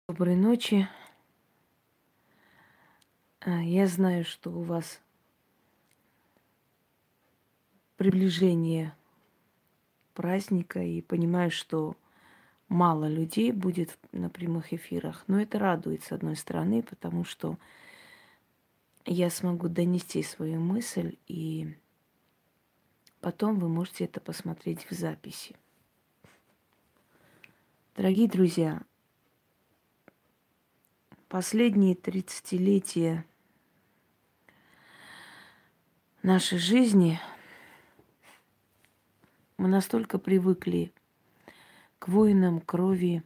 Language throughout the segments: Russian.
Доброй ночи. Я знаю, что у вас приближение праздника, и понимаю, что мало людей будет на прямых эфирах. Но это радует, с одной стороны, потому что я смогу донести свою мысль, и потом вы можете это посмотреть в записи. Дорогие друзья, последние 30-летия нашей жизни мы настолько привыкли к войнам, крови,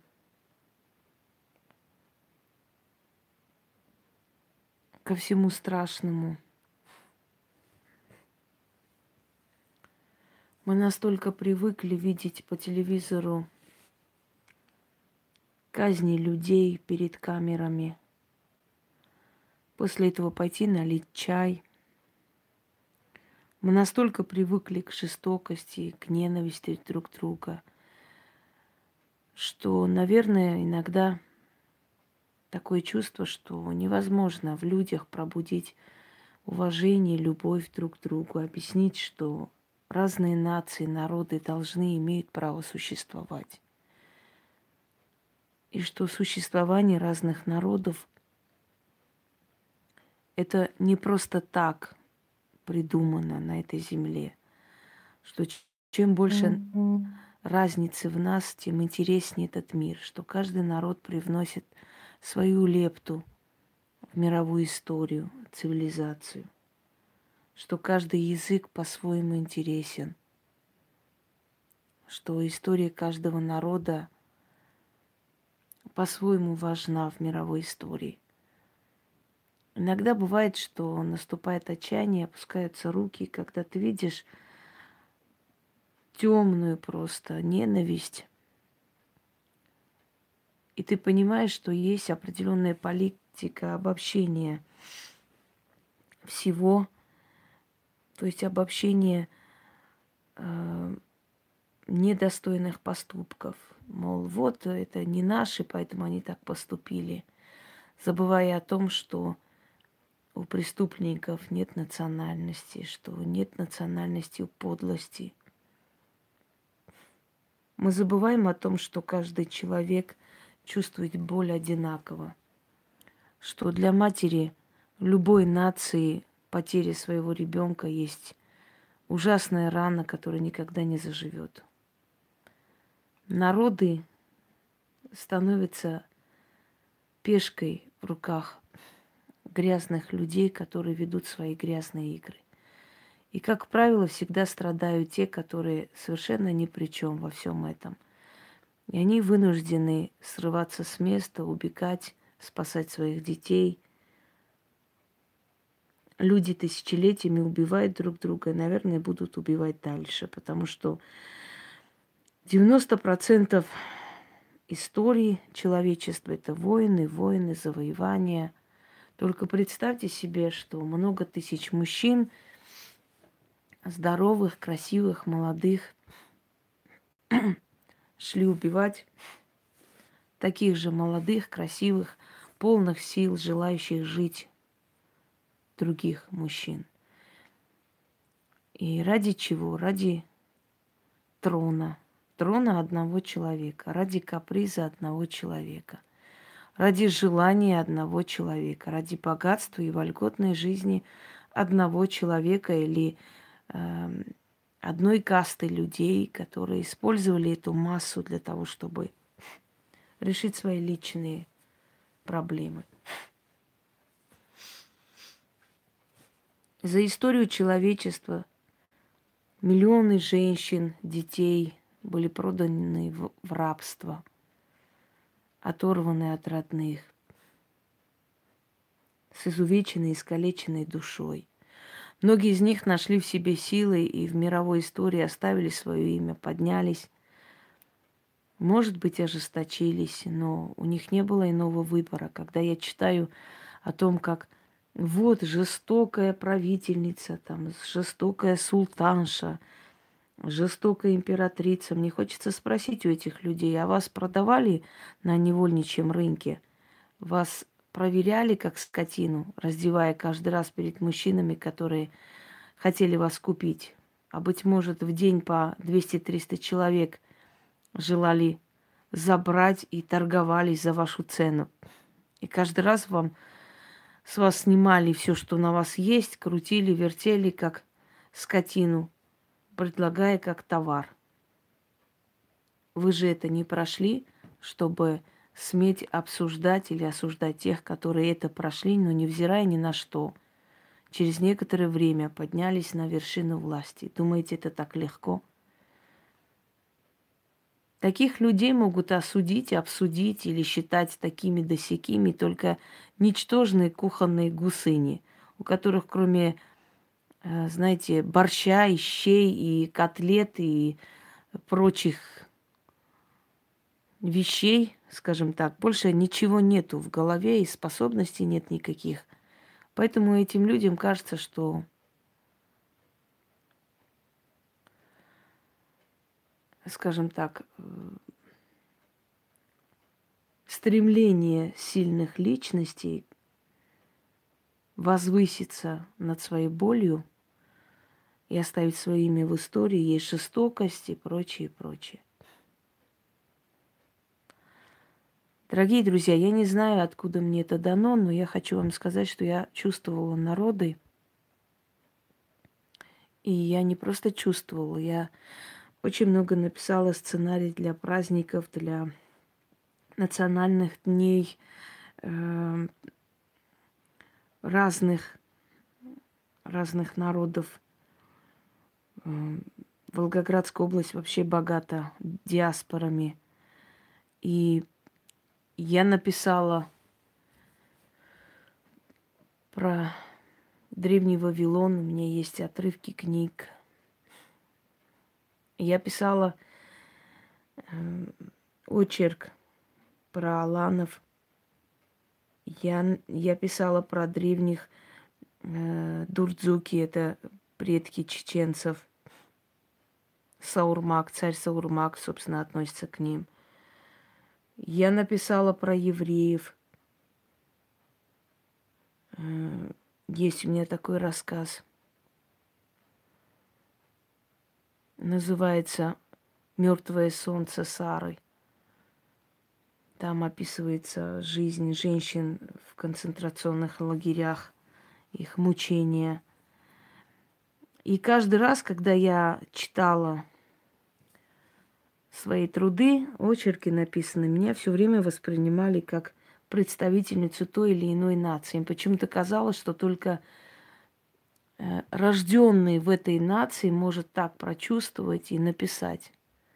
ко всему страшному. Мы настолько привыкли видеть по телевизору казни людей перед камерами. После этого пойти налить чай. Мы настолько привыкли к жестокости, к ненависти друг друга, что, наверное, иногда такое чувство, что невозможно в людях пробудить уважение, любовь друг к другу, объяснить, что разные нации, народы должны, имеют право существовать. И что существование разных народов это не просто так придумано на этой земле, что чем больше разницы в нас, тем интереснее этот мир, что каждый народ привносит свою лепту в мировую историю, цивилизацию, что каждый язык по-своему интересен, что история каждого народа по-своему важна в мировой истории. Иногда бывает, что наступает отчаяние, опускаются руки, когда ты видишь темную просто ненависть, и ты понимаешь, что есть определенная политика обобщения всего, то есть обобщение недостойных поступков. Мол, вот это не наши, поэтому они так поступили, забывая о том, что у преступников нет национальности, что нет национальности у подлости. Мы забываем о том, что каждый человек чувствует боль одинаково, что для матери любой нации потеря своего ребенка есть ужасная рана, которая никогда не заживет. Народы становятся пешкой в руках грязных людей, которые ведут свои грязные игры. И, как правило, всегда страдают те, которые совершенно ни при чем во всем этом. И они вынуждены срываться с места, убегать, спасать своих детей. Люди тысячелетиями убивают друг друга и, наверное, будут убивать дальше, потому что 90% истории человечества – это войны, войны, завоевания. Только представьте себе, что много тысяч мужчин, здоровых, красивых, молодых, шли убивать таких же молодых, красивых, полных сил, желающих жить других мужчин. И ради чего? Ради трона. Трона одного человека, ради каприза одного человека, ради желания одного человека, ради богатства и вольготной жизни одного человека или одной касты людей, которые использовали эту массу для того, чтобы решить свои личные проблемы. За историю человечества миллионы женщин, детей были проданы в рабство, оторваны от родных, с изувеченной, искалеченной душой. Многие из них нашли в себе силы и в мировой истории оставили свое имя, поднялись, может быть, ожесточились, но у них не было иного выбора. Когда я читаю о том, как вот жестокая правительница, там, жестокая султанша, жестокая императрица, мне хочется спросить у этих людей, а вас продавали на невольничьем рынке Вас проверяли как скотину, раздевая каждый раз перед мужчинами, которые хотели вас купить. А быть может, в день по 200-300 человек желали забрать и торговались за вашу цену. И каждый раз с вас снимали все, что на вас есть, крутили, вертели, как скотину, предлагая как товар. Вы же это не прошли, чтобы сметь обсуждать или осуждать тех, которые это прошли, но невзирая ни на что, через некоторое время поднялись на вершину власти. Думаете, это так легко? Таких людей могут осудить, обсудить или считать такими досякими только ничтожные кухонные гусыни, у которых кроме, знаете, борща, и щей, и котлет, и прочих вещей, скажем так, больше ничего нету в голове и способностей нет никаких. Поэтому этим людям кажется, что, скажем так, стремление сильных личностей возвыситься над своей болью и оставить свое имя в истории есть жестокость и прочее, прочее. Дорогие друзья, я не знаю, откуда мне это дано, но я хочу вам сказать, что я чувствовала народы. И я не просто чувствовала, я очень много написала сценарий для праздников, для национальных дней, э, разных народов. Волгоградская область вообще богата диаспорами. И я написала про Древний Вавилон, у меня есть отрывки книг. Я писала очерк про аланов. Я писала про древних дурдзуки, это предки чеченцев. Саурмак, царь Саурмак, собственно, относится к ним. Я написала про евреев. Есть у меня такой рассказ. Называется «Мертвое солнце Сары». Там описывается жизнь женщин в концентрационных лагерях, их мучения. И каждый раз, когда я читала свои труды, очерки написанные, меня все время воспринимали как представительницу той или иной нации. Им почему-то казалось, что только рожденный в этой нации может так прочувствовать и написать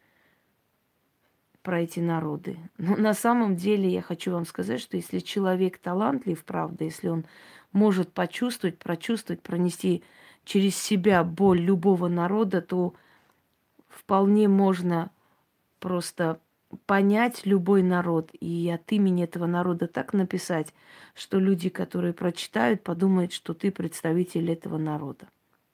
про эти народы. Но на самом деле я хочу вам сказать, что если человек талантлив, правда, если он может почувствовать, прочувствовать, пронести через себя боль любого народа, то вполне можно просто понять любой народ и от имени этого народа так написать, что люди, которые прочитают, подумают, что ты представитель этого народа.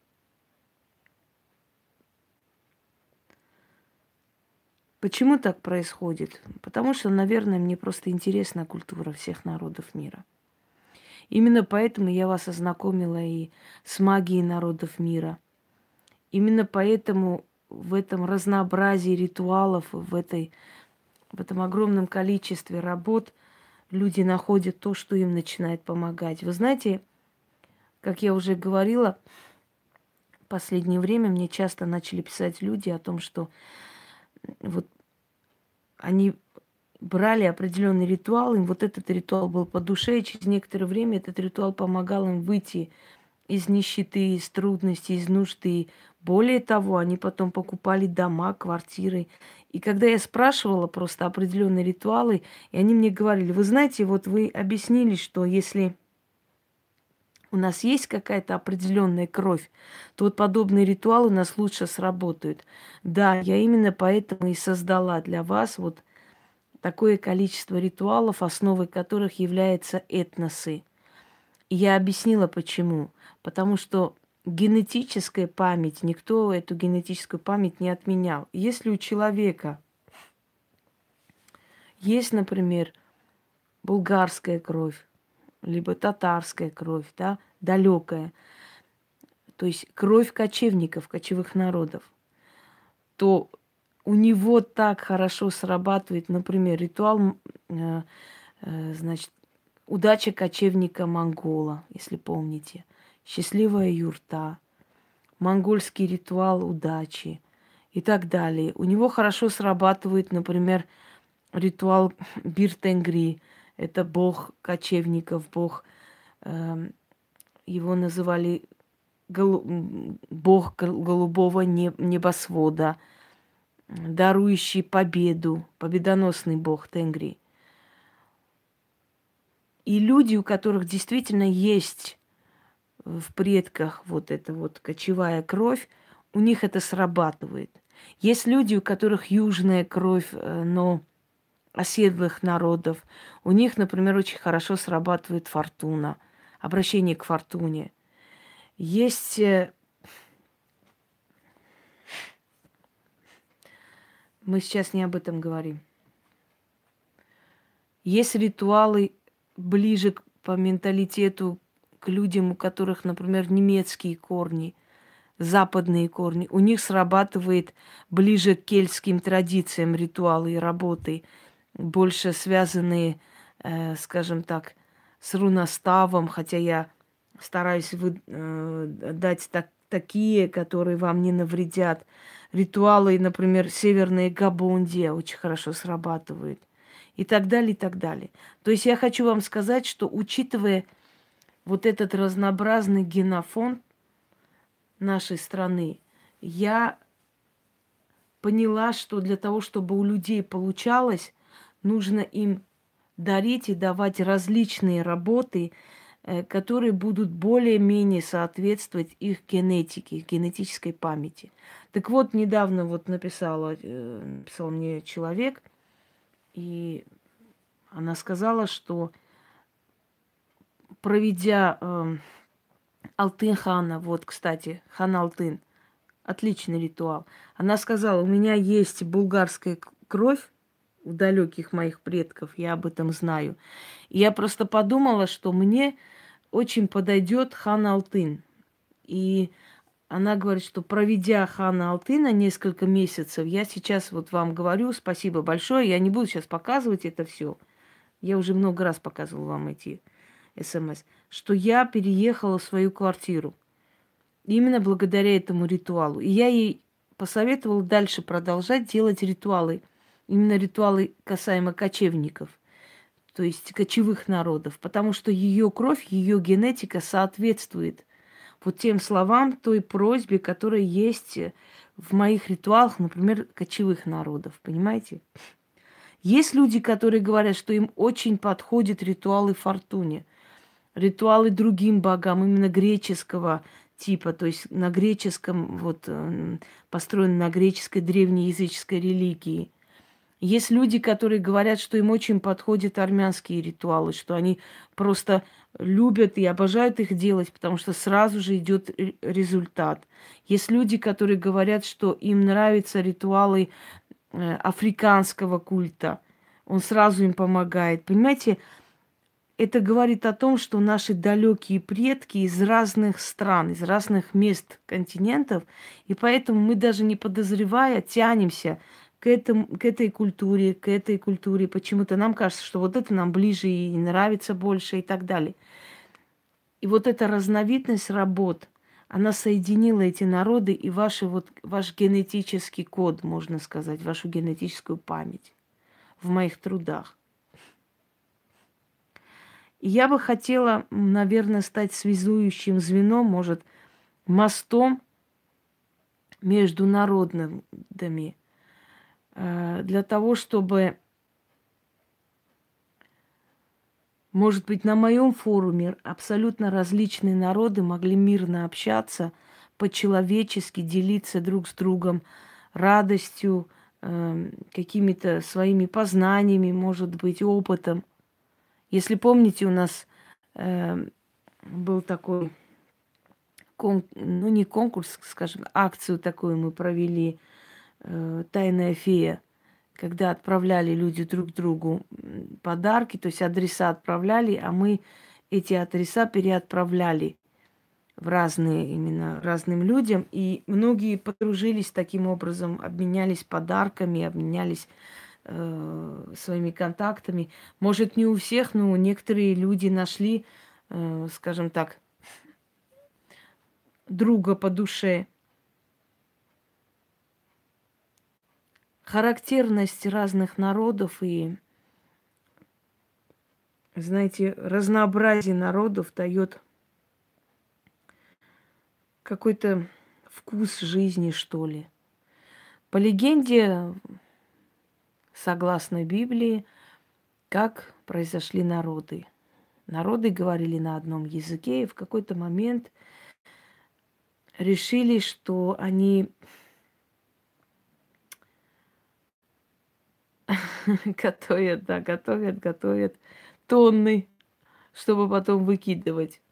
Почему так происходит? Потому что, наверное, мне просто интересна культура всех народов мира. Именно поэтому я вас ознакомила и с магией народов мира. Именно поэтому в этом разнообразии ритуалов, в этом огромном количестве работ люди находят то, что им начинает помогать. Вы знаете, как я уже говорила, в последнее время мне часто начали писать люди о том, что вот они брали определенный ритуал, им вот этот ритуал был по душе, и через некоторое время этот ритуал помогал им выйти из нищеты, из трудностей, из нужды. Более того, они потом покупали дома, квартиры. И когда я спрашивала просто определенные ритуалы, и они мне говорили, вы знаете, вот вы объяснили, что если у нас есть какая-то определенная кровь, то вот подобные ритуалы у нас лучше сработают. Да, я именно поэтому и создала для вас вот такое количество ритуалов, основой которых являются этносы. И я объяснила, почему. Потому что генетическая память, никто эту генетическую память не отменял. Если у человека есть, например, булгарская кровь, либо татарская кровь, да, далекая, то есть кровь кочевников, кочевых народов, то у него так хорошо срабатывает, например, ритуал, значит, удача кочевника монгола, если помните, счастливая юрта, монгольский ритуал удачи и так далее. У него хорошо срабатывает, например, ритуал Бир-Тенгри. Это бог кочевников, бог, его называли бог голубого небосвода, дарующий победу, победоносный бог Тенгри. И люди, у которых действительно есть в предках вот эта вот кочевая кровь, у них это срабатывает. Есть люди, у которых южная кровь, но оседлых народов. У них, например, очень хорошо срабатывает фортуна, обращение к фортуне. Есть мы сейчас не об этом говорим. Есть ритуалы ближе по менталитету к людям, у которых, например, немецкие корни, западные корни. У них срабатывает ближе к кельтским традициям ритуалы и работы, больше связанные, скажем так, с руноставом, хотя я стараюсь дать такие, которые вам не навредят. Ритуалы, например, северные Габондия очень хорошо срабатывают. И так далее, и так далее. То есть я хочу вам сказать, что учитывая вот этот разнообразный генофонд нашей страны, я поняла, что для того, чтобы у людей получалось, нужно им дарить и давать различные работы, которые будут более-менее соответствовать их генетике, их генетической памяти. Так вот, недавно вот написал мне человек, и она сказала, что проведя Алтын-хана, вот, кстати, хан Алтын, отличный ритуал. Она сказала, у меня есть булгарская кровь у далеких моих предков, я об этом знаю. И я просто подумала, что мне очень подойдет хан Алтын. И она говорит, что проведя хана Алтына несколько месяцев, я сейчас вот вам говорю, спасибо большое, я не буду сейчас показывать это все. Я уже много раз показывала вам эти СМС, что я переехала в свою квартиру. Именно благодаря этому ритуалу. И я ей посоветовала дальше продолжать делать ритуалы. Именно ритуалы касаемо кочевников, то есть кочевых народов. Потому что ее кровь, ее генетика соответствует вот тем словам, той просьбе, которая есть в моих ритуалах, например, кочевых народов. Понимаете? Есть люди, которые говорят, что им очень подходят ритуалы фортуне, ритуалы другим богам, именно греческого типа, то есть на греческом, вот построены на греческой древнеязыческой религии. Есть люди, которые говорят, что им очень подходят армянские ритуалы, что они просто любят и обожают их делать, потому что сразу же идет результат. Есть люди, которые говорят, что им нравятся ритуалы африканского культа. Он сразу им помогает. Понимаете, это говорит о том, что наши далекие предки из разных стран, из разных мест континентов, и поэтому мы даже не подозревая тянемся к этой культуре. Почему-то нам кажется, что вот это нам ближе и нравится больше и так далее. И вот эта разновидность работ, она соединила эти народы и ваш генетический код, можно сказать, вашу генетическую память в моих трудах. И я бы хотела, наверное, стать связующим звеном, может, мостом между народами, для того, чтобы, может быть, на моем форуме абсолютно различные народы могли мирно общаться, по-человечески делиться друг с другом радостью, какими-то своими познаниями, может быть, опытом. Если помните, у нас был такой, ну не конкурс, скажем, акцию такую мы провели, «Тайная фея», когда отправляли люди друг другу подарки, то есть адреса отправляли, а мы эти адреса переотправляли в разные, именно разным людям. И многие подружились таким образом, обменялись подарками, обменялись своими контактами. Может, не у всех, но некоторые люди нашли, скажем так, друга по душе. Характерность разных народов и, знаете, разнообразие народов дает какой-то вкус жизни, что ли. По легенде, согласно Библии, как произошли народы. Народы говорили на одном языке, и в какой-то момент решили, что они готовят, да, готовят тонны, чтобы потом выкидывать.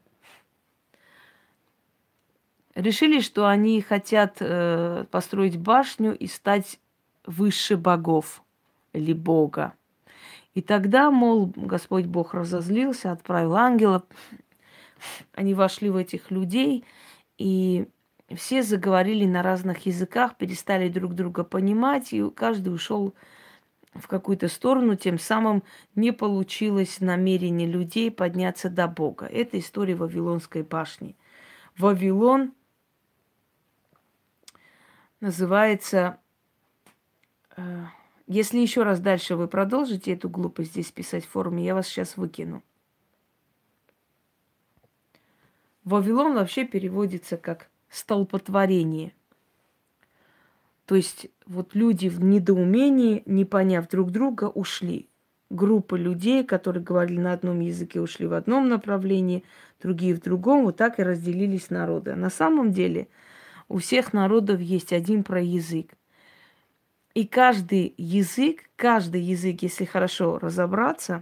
Решили, что они хотят построить башню и стать выше богов или бога. И тогда, мол, Господь Бог разозлился, отправил ангелов. Они вошли в этих людей, и все заговорили на разных языках, перестали друг друга понимать, и каждый ушел в какую-то сторону, тем самым не получилось намерение людей подняться до Бога. Это история Вавилонской башни. Вавилон называется... Если еще раз дальше вы продолжите эту глупость здесь писать в форуме, я вас сейчас выкину. Вавилон вообще переводится как столпотворение. То есть вот люди в недоумении, не поняв друг друга, ушли. Группы людей, которые говорили на одном языке, ушли в одном направлении, другие в другом. Вот так и разделились народы. А на самом деле у всех народов есть один проязык. И каждый язык, если хорошо разобраться,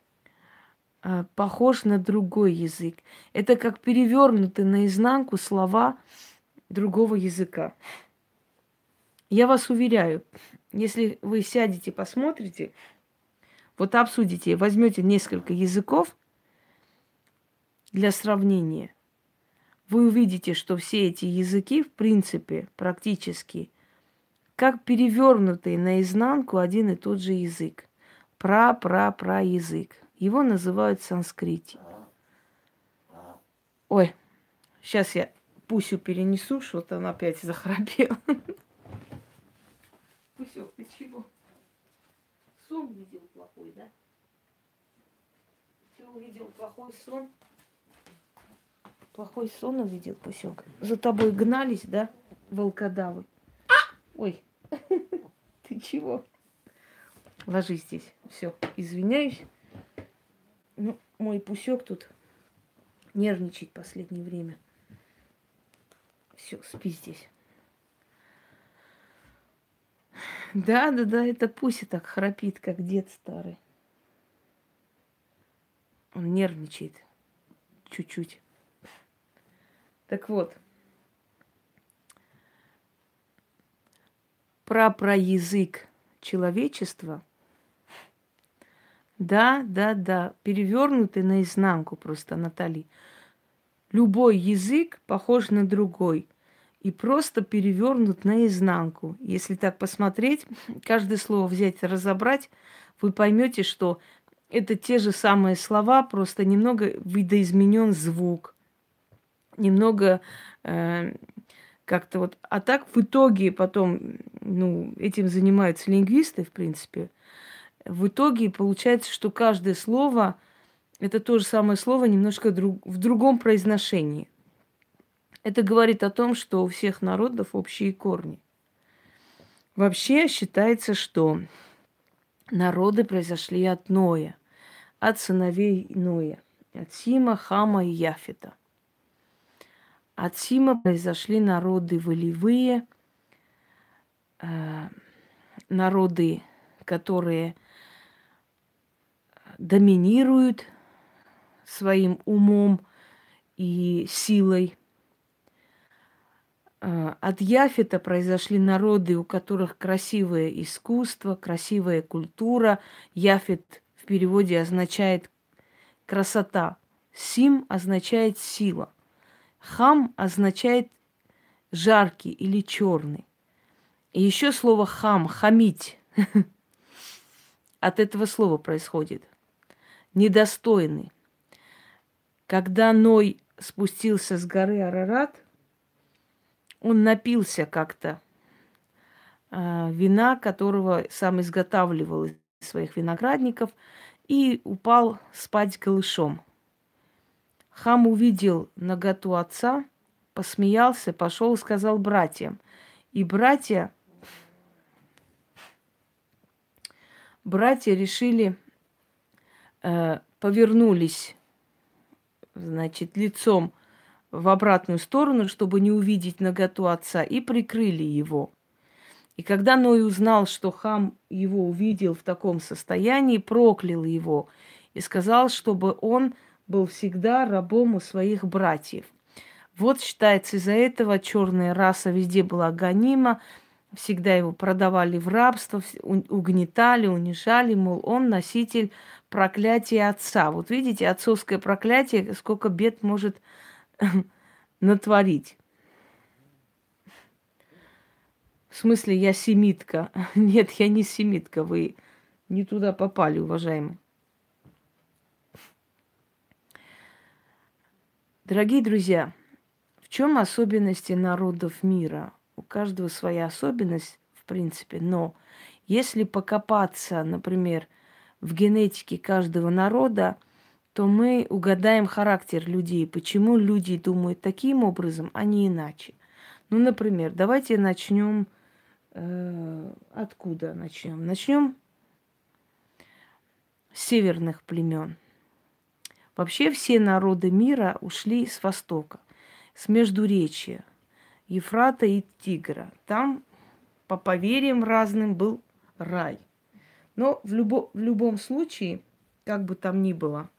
похож на другой язык. Это как перевернуты наизнанку слова другого языка. Я вас уверяю, если вы сядете, посмотрите, вот обсудите, возьмете несколько языков для сравнения, вы увидите, что все эти языки, в принципе, практически, как перевернутый наизнанку один и тот же язык. Пра язык. Его называют санскрит. Ой, сейчас я Пусю перенесу, что-то он опять захрапел. Пусёк, ты чего? Сон видел плохой, да? Ты увидел плохой сон? Плохой сон увидел, Пусёк. За тобой гнались, да, волкодавы? Ой, ты чего? Ложись здесь. Все, извиняюсь. Ну, мой Пусёк тут нервничает в последнее время. Все, спи здесь. Да, это Пуся так храпит, как дед старый. Он нервничает чуть-чуть. Так вот, про язык человечества. Да, перевернутый наизнанку просто, Натали. Любой язык похож на другой и просто перевернут наизнанку. Если так посмотреть, каждое слово взять, разобрать, вы поймете, что это те же самые слова, просто немного видоизменен звук, немного как-то вот. А так в итоге потом, этим занимаются лингвисты, в принципе. В итоге получается, что каждое слово это то же самое слово, немножко в другом произношении. Это говорит о том, что у всех народов общие корни. Вообще считается, что народы произошли от Ноя, от сыновей Ноя, от Сима, Хама и Яфета. От Сима произошли народы волевые, народы, которые доминируют своим умом и силой. От Яфета произошли народы, у которых красивое искусство, красивая культура. Яфет в переводе означает красота. Сим означает сила. Хам означает жаркий или черный. И еще слово хам, хамить, от этого слова происходит. Недостойный. Когда Ной спустился с горы Арарат, он напился как-то вина, которого сам изготавливал из своих виноградников, и упал спать голышом. Хам увидел наготу отца, посмеялся, пошел и сказал братьям. И братья решили, повернулись, значит, лицом в обратную сторону, чтобы не увидеть наготу отца, и прикрыли его. И когда Ной узнал, что Хам его увидел в таком состоянии, проклял его и сказал, чтобы он был всегда рабом у своих братьев. Вот считается, из-за этого черная раса везде была гонима, всегда его продавали в рабство, угнетали, унижали, мол, он носитель проклятия отца. Вот видите, отцовское проклятие, сколько бед может натворить. В смысле, я семитка. Нет, я не семитка, вы не туда попали, уважаемые. Дорогие друзья, в чем особенности народов мира? У каждого своя особенность, в принципе, но если покопаться, например, в генетике каждого народа, то мы угадаем характер людей, почему люди думают таким образом, а не иначе. Ну, например, давайте начнем. Откуда начнем? Начнем с северных племен. Вообще все народы мира ушли с востока, с Междуречья, Ефрата и Тигра. Там, по поверьям разным, был рай. Но в любом случае, как бы там ни было,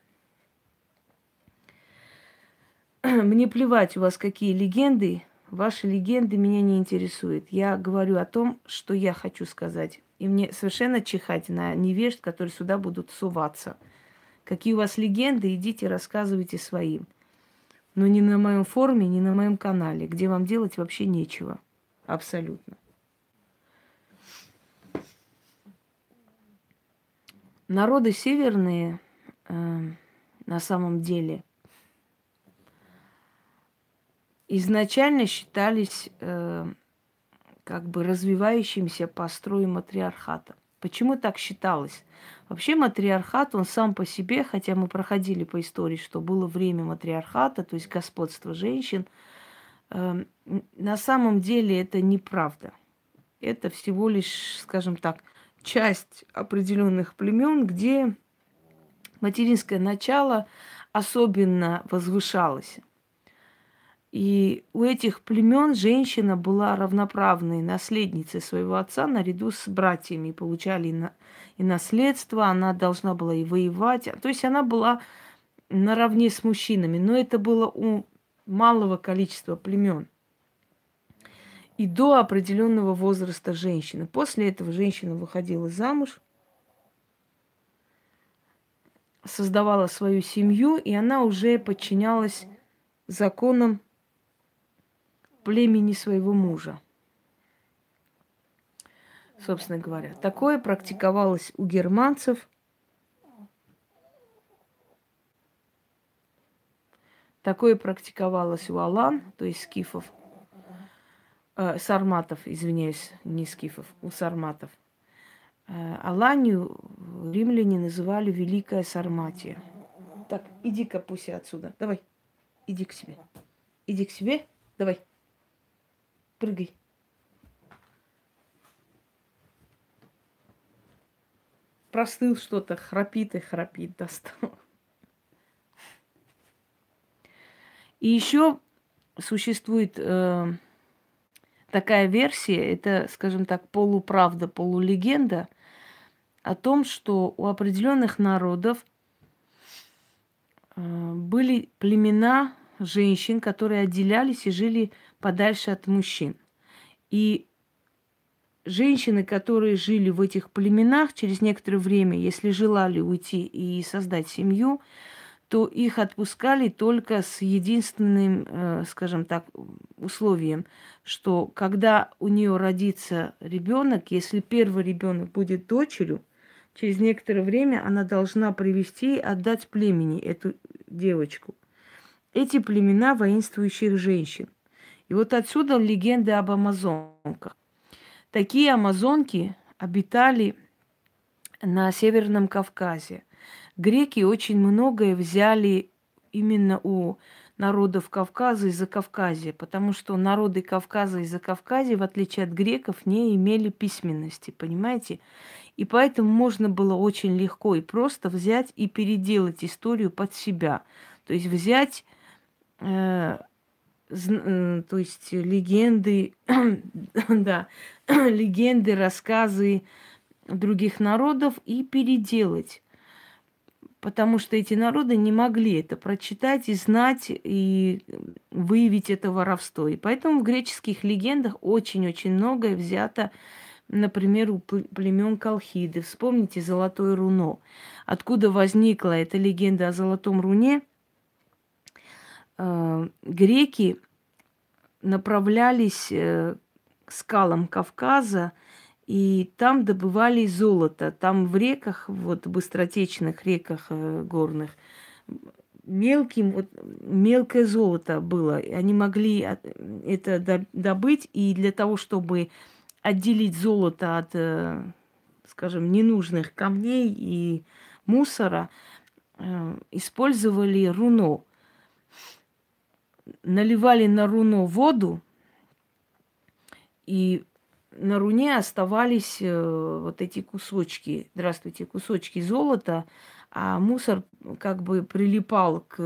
мне плевать, у вас какие легенды, ваши легенды меня не интересуют. Я говорю о том, что я хочу сказать. И мне совершенно чихать на невежд, которые сюда будут суваться. Какие у вас легенды, идите рассказывайте своим. Но не на моем форуме, не на моем канале, где вам делать вообще нечего. Абсолютно. Народы северные на самом деле изначально считались как бы развивающимся по строю матриархата. Почему так считалось? Вообще матриархат, он сам по себе, хотя мы проходили по истории, что было время матриархата, то есть господства женщин, на самом деле это неправда. Это всего лишь, скажем так, часть определенных племен, где материнское начало особенно возвышалось. И у этих племен женщина была равноправной наследницей своего отца наряду с братьями. Получали и наследство, она должна была и воевать. То есть она была наравне с мужчинами. Но это было у малого количества племен. И до определенного возраста женщины. После этого женщина выходила замуж, создавала свою семью, и она уже подчинялась законам племени своего мужа. Собственно говоря, такое практиковалось у германцев, такое практиковалось у алан, то есть скифов, сарматов, извиняюсь, не скифов, у сарматов. Аланию римляне называли Великая Сарматия. Так, иди-ка, Пуся, отсюда. Давай, иди к себе. Иди к себе, давай. Прыгай. Простыл что-то, храпит и храпит, достал. И еще существует такая версия, это, скажем так, полуправда, полулегенда, о том, что у определенных народов были племена женщин, которые отделялись и жили подальше от мужчин. И женщины, которые жили в этих племенах, через некоторое время, если желали уйти и создать семью, то их отпускали только с единственным, скажем так, условием, что когда у нее родится ребенок, если первый ребенок будет дочерью, через некоторое время она должна привести и отдать племени эту девочку. Эти племена воинствующих женщин. И вот отсюда легенды об амазонках. Такие амазонки обитали на Северном Кавказе. Греки очень многое взяли именно у народов Кавказа и Закавказья, потому что народы Кавказа и Закавказья, в отличие от греков, не имели письменности, понимаете? И поэтому можно было очень легко и просто взять и переделать историю под себя. То есть взять, то есть легенды, да, легенды, рассказы других народов и переделать. Потому что эти народы не могли это прочитать и знать, и выявить это воровство. И поэтому в греческих легендах очень-очень многое взято, например, у племен Колхиды. Вспомните золотое руно. Откуда возникла эта легенда о золотом руне? Греки направлялись к скалам Кавказа, и там добывали золото. Там в реках, вот быстротечных реках горных, мелкое золото было. Они могли это добыть, и для того, чтобы отделить золото от, скажем, ненужных камней и мусора, использовали руно. Наливали на руно воду, и на руне оставались вот эти кусочки, здравствуйте, кусочки золота, а мусор как бы прилипал к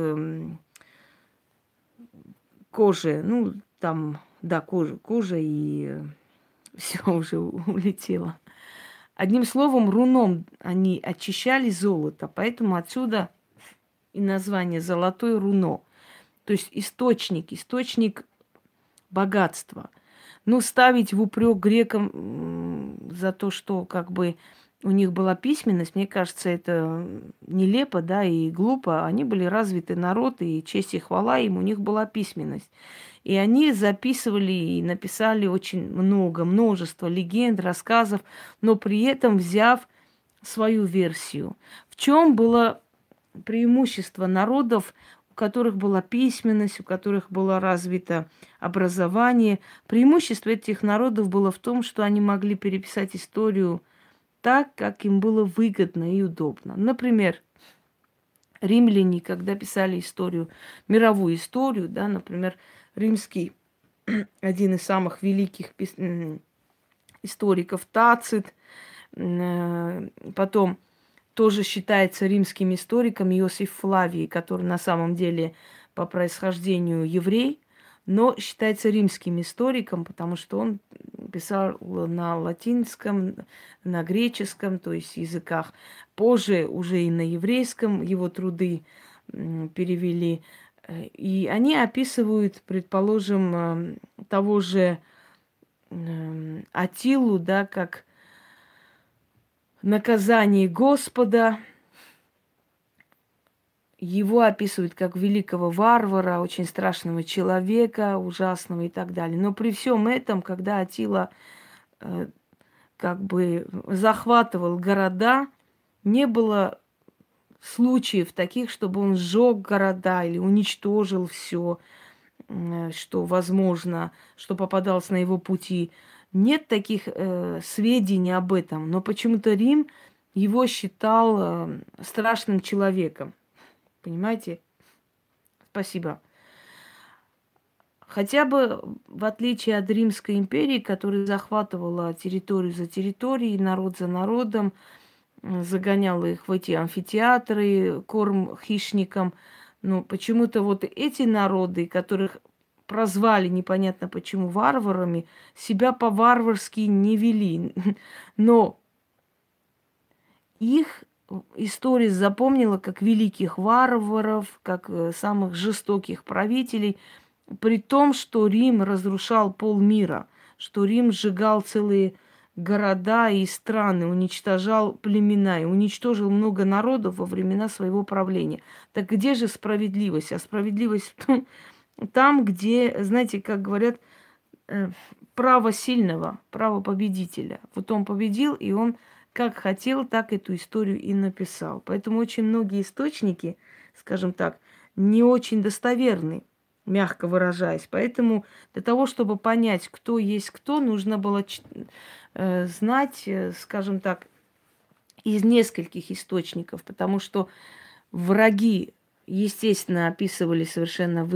коже. Ну, там, да, кожа и все уже улетело. Одним словом, руном они очищали золото, поэтому отсюда и название «золотое руно». То есть источник богатства. Ну, ставить в упрек грекам за то, что как бы у них была письменность, мне кажется, это нелепо, да, и глупо. Они были развитый народ, и честь и хвала им, у них была письменность. И они записывали и написали очень множество легенд, рассказов, но при этом взяв свою версию. В чем было преимущество народов, у которых была письменность, у которых было развито образование? Преимущество этих народов было в том, что они могли переписать историю так, как им было выгодно и удобно. Например, римляне, когда писали историю, мировую историю, да, например, римский, один из самых великих историков Тацит, потом тоже считается римским историком Иосиф Флавий, который на самом деле по происхождению еврей, но считается римским историком, потому что он писал на латинском, на греческом, то есть языках. Позже уже и на еврейском его труды перевели. И они описывают, предположим, того же Атилу, да, как наказание Господа. Его описывают как великого варвара, очень страшного человека, ужасного и так далее. Но при всем этом, когда Атила как бы захватывал города, не было случаев таких, чтобы он сжег города или уничтожил все, что возможно, что попадалось на его пути. Нет таких сведений об этом, но почему-то Рим его считал страшным человеком. Понимаете? Спасибо. Хотя бы в отличие от Римской империи, которая захватывала территорию за территорией, народ за народом, загоняла их в эти амфитеатры, корм хищникам. Но почему-то вот эти народы, которых прозвали непонятно почему варварами, себя по-варварски не вели. Но их история запомнила как великих варваров, как самых жестоких правителей. При том, что Рим разрушал полмира, что Рим сжигал целые города и страны, уничтожал племена и уничтожил много народов во времена своего правления. Так где же справедливость? А справедливость в том, там, где, знаете, как говорят, э, право сильного, право победителя. Вот он победил, и он как хотел, так эту историю и написал. Поэтому очень многие источники, скажем так, не очень достоверны, мягко выражаясь. Поэтому для того, чтобы понять, кто есть кто, нужно было знать, скажем так, из нескольких источников, потому что враги, естественно, описывали совершенно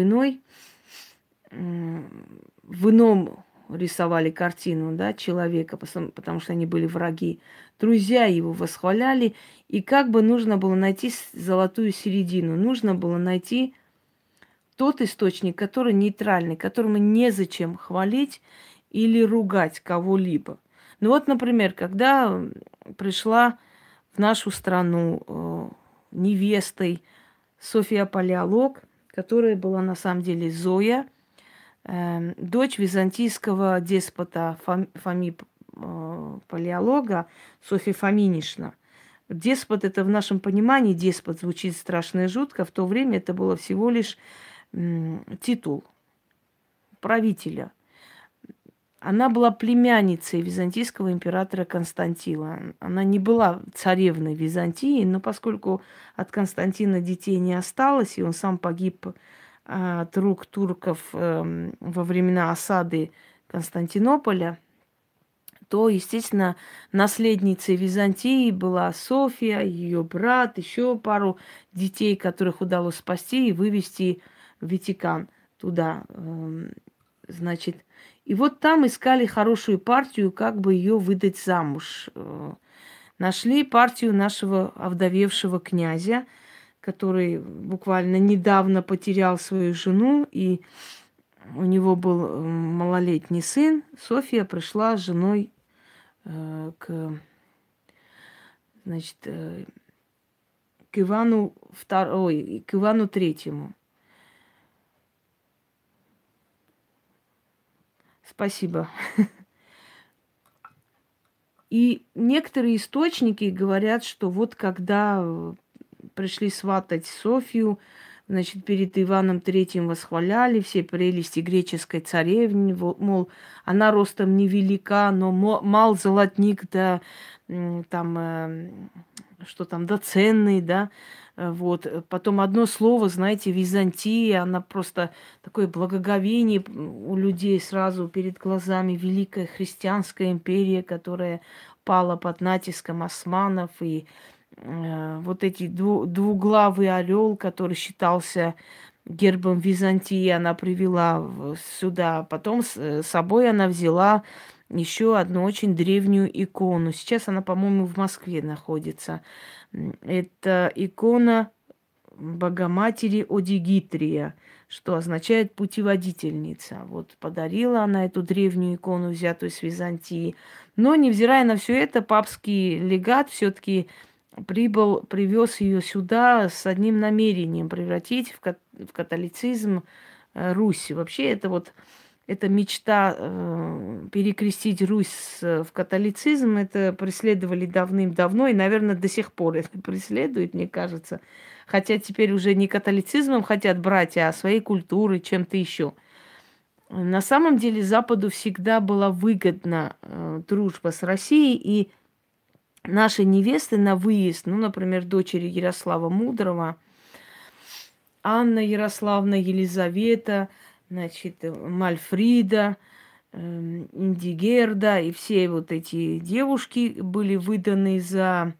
в ином рисовали картину, да, человека, потому что они были враги. Друзья его восхваляли, и как бы нужно было найти золотую середину, нужно было найти тот источник, который нейтральный, которому незачем хвалить или ругать кого-либо. Ну вот, например, когда пришла в нашу страну невестой Софья Палеолог, которая была на самом деле Зоя, дочь византийского деспота Фомии Палеолога, Софья Фоминишна. Деспот — это в нашем понимании, деспот звучит страшно и жутко, в то время это было всего лишь титул правителя. Она была племянницей византийского императора Константина. Она не была царевной Византии, но поскольку от Константина детей не осталось, и он сам погиб от рук турков во времена осады Константинополя, то, естественно, наследницей Византии была Софья, ее брат, еще пару детей, которых удалось спасти и вывести в Ватикан туда, значит. И вот там искали хорошую партию, как бы ее выдать замуж. Нашли партию нашего овдовевшего князя, который буквально недавно потерял свою жену, и у него был малолетний сын. Софья пришла с женой значит, к Ивану к Ивану Третьему. Спасибо. И некоторые источники говорят, что вот когда пришли сватать Софью, значит, перед Иваном Третьим восхваляли все прелести греческой царевны, мол, она ростом невелика, но мал золотник, да, там, что там, да, ценный, да, вот. Потом одно слово, знаете, Византия, она просто такое благоговение у людей сразу перед глазами. Великая христианская империя, которая пала под натиском османов, и вот эти двуглавый орел, который считался гербом Византии, она привела сюда. Потом с собой она взяла еще одну очень древнюю икону. Сейчас она, по-моему, в Москве находится. Это икона Богоматери Одигитрия, что означает путеводительница. Вот подарила она эту древнюю икону, взятую с Византии. Но, невзирая на все это, папский легат все-таки привез ее сюда с одним намерением превратить в католицизм Русь. Вообще это вот эта мечта перекрестить Русь в католицизм, это преследовали давным-давно, и, наверное, до сих пор это преследует, мне кажется. Хотя теперь уже не католицизмом хотят брать, а своей культурой, чем-то еще. На самом деле Западу всегда была выгодна дружба с Россией, и наши невесты на выезд, ну, например, дочери Ярослава Мудрого, Анна Ярославна, Елизавета, значит, Мальфрида, Индигерда, и все вот эти девушки были выданы за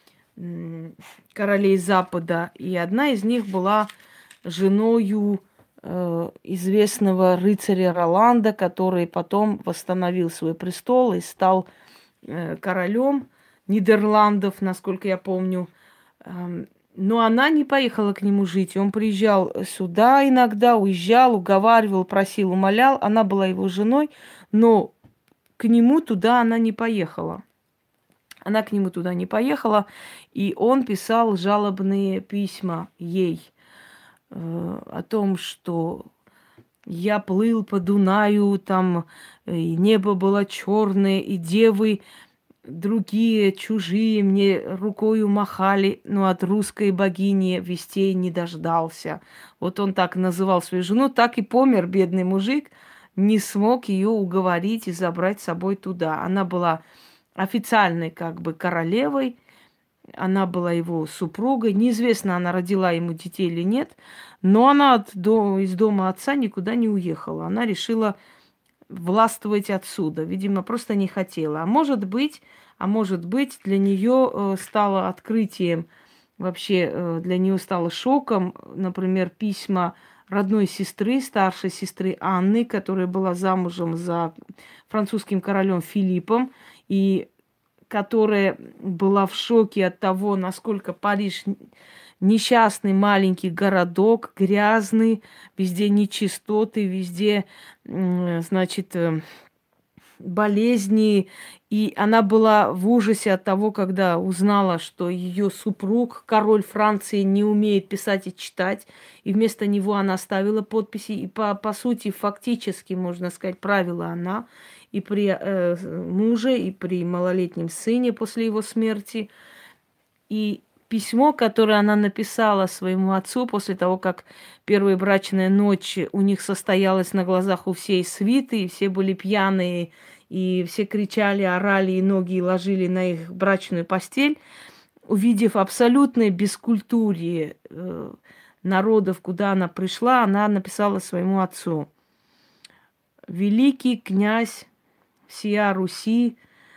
королей Запада. И одна из них была женою известного рыцаря Роланда, который потом восстановил свой престол и стал королем Нидерландов, насколько я помню. Но она не поехала к нему жить. Он приезжал сюда иногда, уезжал, уговаривал, просил, умолял. Она была его женой, но к нему туда она не поехала. Она к нему туда не поехала, и он писал жалобные письма ей о том, что Я плыл по Дунаю, там и небо было черное, и девы другие, чужие, мне рукою махали, но от русской богини вестей не дождался. Вот он так называл свою жену, так и помер бедный мужик, не смог ее уговорить и забрать с собой туда. Она была официальной как бы королевой, она была его супругой. Неизвестно, она родила ему детей или нет, но она из дома отца никуда не уехала. Она решила властвовать отсюда. Видимо, просто не хотела. А может быть, для нее стало открытием, вообще для нее стало шоком, например, письма родной сестры, старшей сестры Анны, которая была замужем за французским королем Филиппом, и которая была в шоке от того, насколько Париж несчастный маленький городок, грязный, везде нечистоты, везде, значит, болезни. И она была в ужасе от того, когда узнала, что ее супруг, король Франции, не умеет писать и читать. И вместо него она ставила подписи. И по сути, фактически, можно сказать, правила она и при муже, и при малолетнем сыне после его смерти. И письмо, которое она написала своему отцу после того, как первая брачная ночь у них состоялась на глазах у всей свиты, и все были пьяные, и все кричали, орали, и ноги ложили на их брачную постель, увидев абсолютное бескультурье народов, куда она пришла, она написала своему отцу: «Великий князь всея Руси,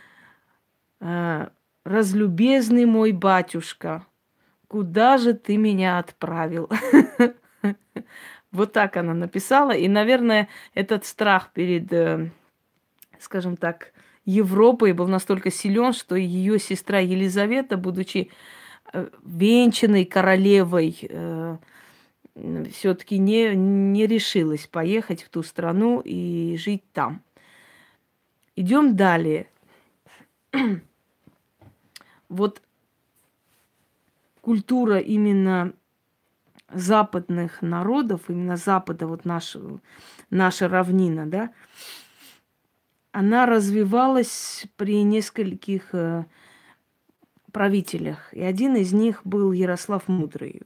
разлюбезный мой батюшка, куда же ты меня отправил?» Вот так она написала. И, наверное, этот страх перед, скажем так, Европой был настолько силен, что ее сестра Елизавета, будучи венчанной королевой, все-таки не решилась поехать в ту страну и жить там. Идем далее. Вот культура именно западных народов, именно Запада, вот наша равнина, да, она развивалась при нескольких правителях. И один из них был Ярослав Мудрый.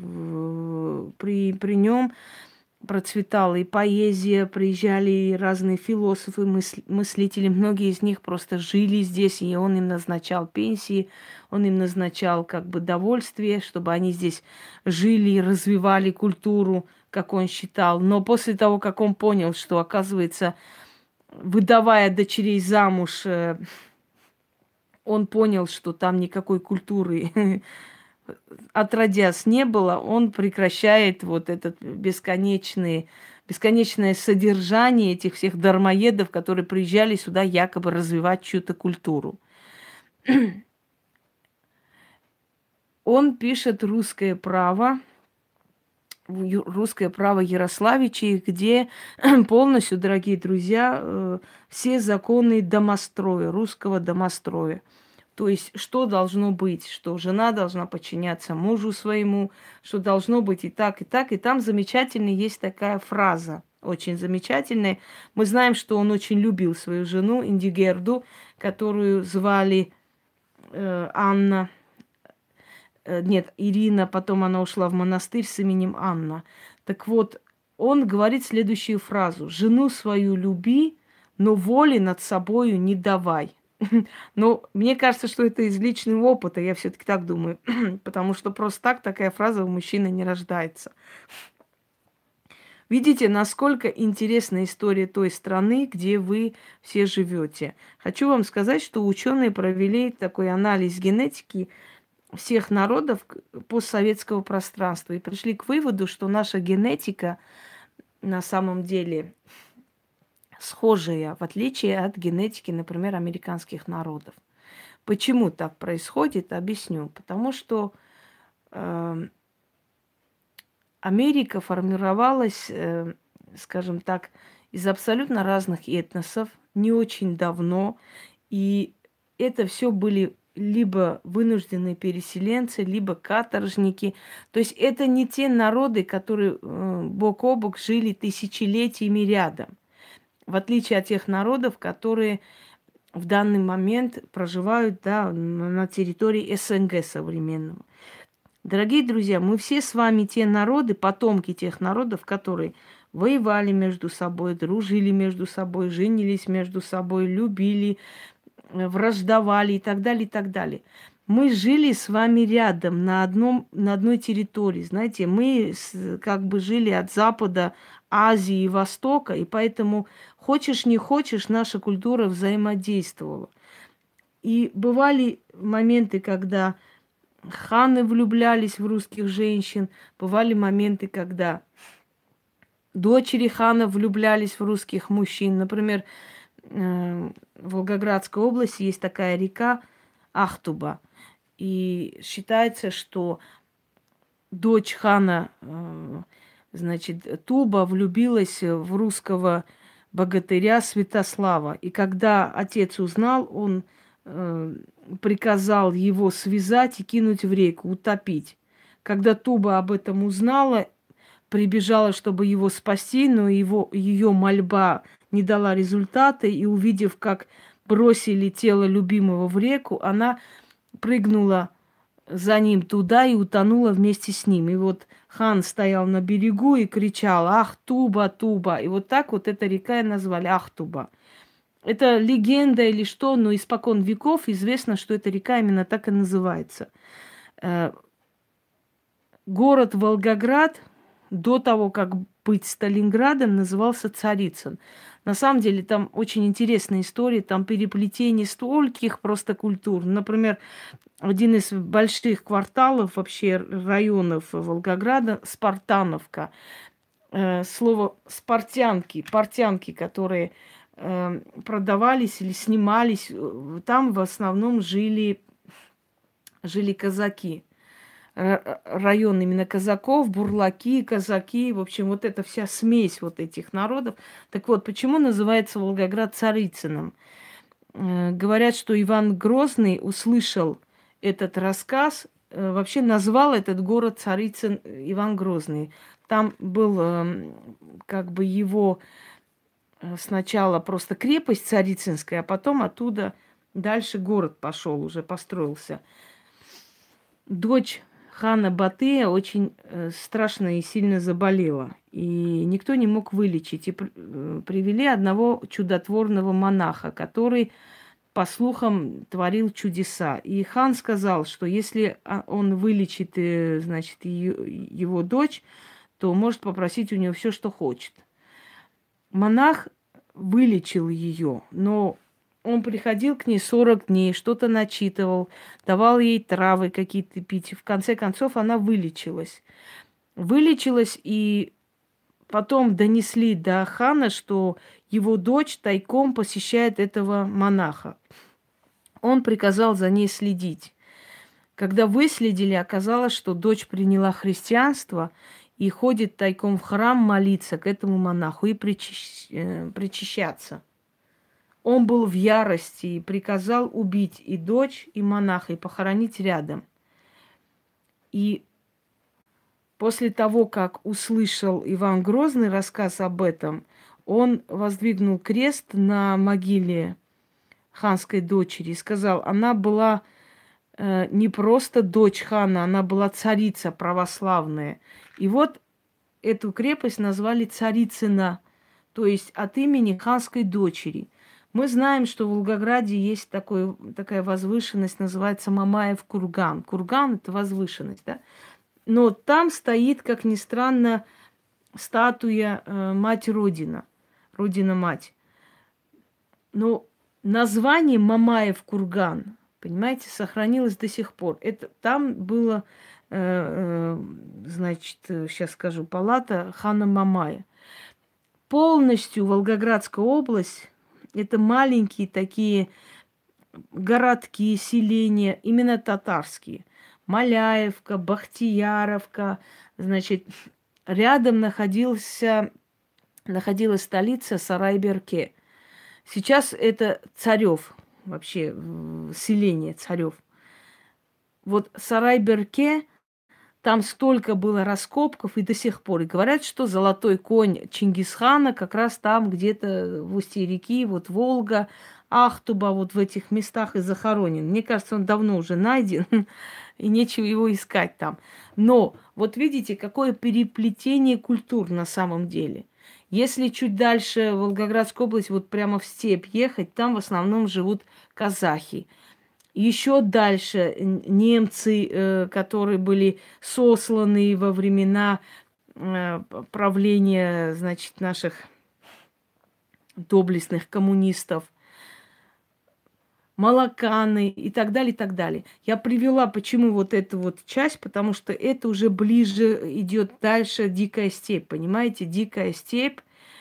При нем процветала и поэзия, приезжали и разные философы, мыслители. Многие из них просто жили здесь, и он им назначал пенсии, он им назначал как бы довольствие, чтобы они здесь жили и развивали культуру, как он считал. Но после того, как он понял, что, оказывается, выдавая дочерей замуж, он понял, что там никакой культуры отродясь не было, он прекращает вот это бесконечное содержание этих всех дармоедов, которые приезжали сюда якобы развивать чью-то культуру. Он пишет русское право Ярославичей, где полностью, дорогие друзья, все законы домостроя, русского домостроя. То есть, что должно быть, что жена должна подчиняться мужу своему, что должно быть и так, и так. И там замечательная есть такая фраза, очень замечательная. Мы знаем, что он очень любил свою жену Индигерду, которую звали Анна. Нет, Ирина, потом она ушла в монастырь с именем Анна. Так вот, он говорит следующую фразу: «Жену свою люби, но воли над собою не давай». Но мне кажется, что это из личного опыта, я все-таки так думаю, потому что просто так такая фраза у мужчины не рождается. Видите, насколько интересна история той страны, где вы все живете. Хочу вам сказать, что ученые провели такой анализ генетики всех народов постсоветского пространства и пришли к выводу, что наша генетика на самом деле схожая, в отличие от генетики, например, американских народов. Почему так происходит, объясню. Потому что Америка формировалась, скажем так, из абсолютно разных этносов, не очень давно. И это все были либо вынужденные переселенцы, либо каторжники. То есть это не те народы, которые бок о бок жили тысячелетиями рядом. В отличие от тех народов, которые в данный момент проживают, да, на территории СНГ современного. Дорогие друзья, мы все с вами те народы, потомки тех народов, которые воевали между собой, дружили между собой, женились между собой, любили, враждовали и так далее, и так далее. Мы жили с вами рядом на одной территории. Знаете, мы как бы жили от Запада, Азии и Востока, и поэтому, хочешь не хочешь, наша культура взаимодействовала. И бывали моменты, когда ханы влюблялись в русских женщин, бывали моменты, когда дочери ханов влюблялись в русских мужчин. Например, в Волгоградской области есть такая река Ахтуба. И считается, что дочь хана, значит, Туба влюбилась в русского богатыря Святослава. И когда отец узнал, он приказал его связать и кинуть в реку, утопить. Когда Туба об этом узнала, прибежала, чтобы его спасти, но ее мольба не дала результата, и увидев, как бросили тело любимого в реку, она прыгнула за ним туда и утонула вместе с ним. И вот хан стоял на берегу и кричал: «Ах, Туба, Туба!» И вот так вот эта река и назвали Ахтуба. Это легенда или что, но испокон веков известно, что эта река именно так и называется. Город Волгоград до того, как быть Сталинградом, назывался Царицын. На самом деле там очень интересная история, там переплетение стольких просто культур. Например, один из больших кварталов, вообще районов Волгограда, Спартановка. Слово спартянки, портянки, которые продавались или снимались, там в основном жили казаки. Район именно казаков, бурлаки, казаки, в общем, вот эта вся смесь вот этих народов. Так вот, почему называется Волгоград Царицыным? Говорят, что Иван Грозный услышал этот рассказ, вообще назвал этот город Царицын Иван Грозный. Там был как бы его сначала просто крепость Царицынская, а потом оттуда дальше город пошел, уже построился. Дочь хана Батыя очень страшно и сильно заболела, и никто не мог вылечить. И привели одного чудотворного монаха, который, по слухам, творил чудеса. И хан сказал, что если он вылечит, значит, его дочь, то может попросить у нее все, что хочет. Монах вылечил ее, но он приходил к ней 40 дней, что-то начитывал, давал ей травы какие-то пить. В конце концов, она вылечилась. Вылечилась, и потом донесли до хана, что его дочь тайком посещает этого монаха. Он приказал за ней следить. Когда выследили, оказалось, что дочь приняла христианство и ходит тайком в храм молиться к этому монаху и причащаться. Он был в ярости и приказал убить и дочь, и монаха, и похоронить рядом. И после того, как услышал Иван Грозный рассказ об этом, он воздвигнул крест на могиле ханской дочери и сказал, она была не просто дочь хана, она была царица православная. И вот эту крепость назвали Царицына, то есть от имени ханской дочери. Мы знаем, что в Волгограде есть такая возвышенность, называется Мамаев курган. Курган – это возвышенность, да? Но там стоит, как ни странно, статуя Мать Родина, Родина-Мать. Но название Мамаев курган, понимаете, сохранилось до сих пор. Это, там было, значит, сейчас скажу, палата хана Мамая. Полностью Волгоградская область – это маленькие такие городки, селения, именно татарские. Маляевка, Бахтияровка. Значит, рядом находилась столица Сарайберке. Сейчас это Царев, вообще селение Царев. Вот Сарай-Берке, там столько было раскопков и до сих пор. И говорят, что золотой конь Чингисхана как раз там где-то в устье реки, вот Волга, Ахтуба, вот в этих местах и захоронен. Мне кажется, он давно уже найден, и нечего его искать там. Но вот видите, какое переплетение культур на самом деле. Если чуть дальше в Волгоградскую область, вот прямо в степь ехать, там в основном живут казахи. Еще дальше немцы, которые были сосланы во времена правления, значит, наших доблестных коммунистов, молоканы и так далее, и так далее. Я привела почему вот эту вот часть, потому что это уже ближе идет дальше дикая степь, понимаете? Дикая степь,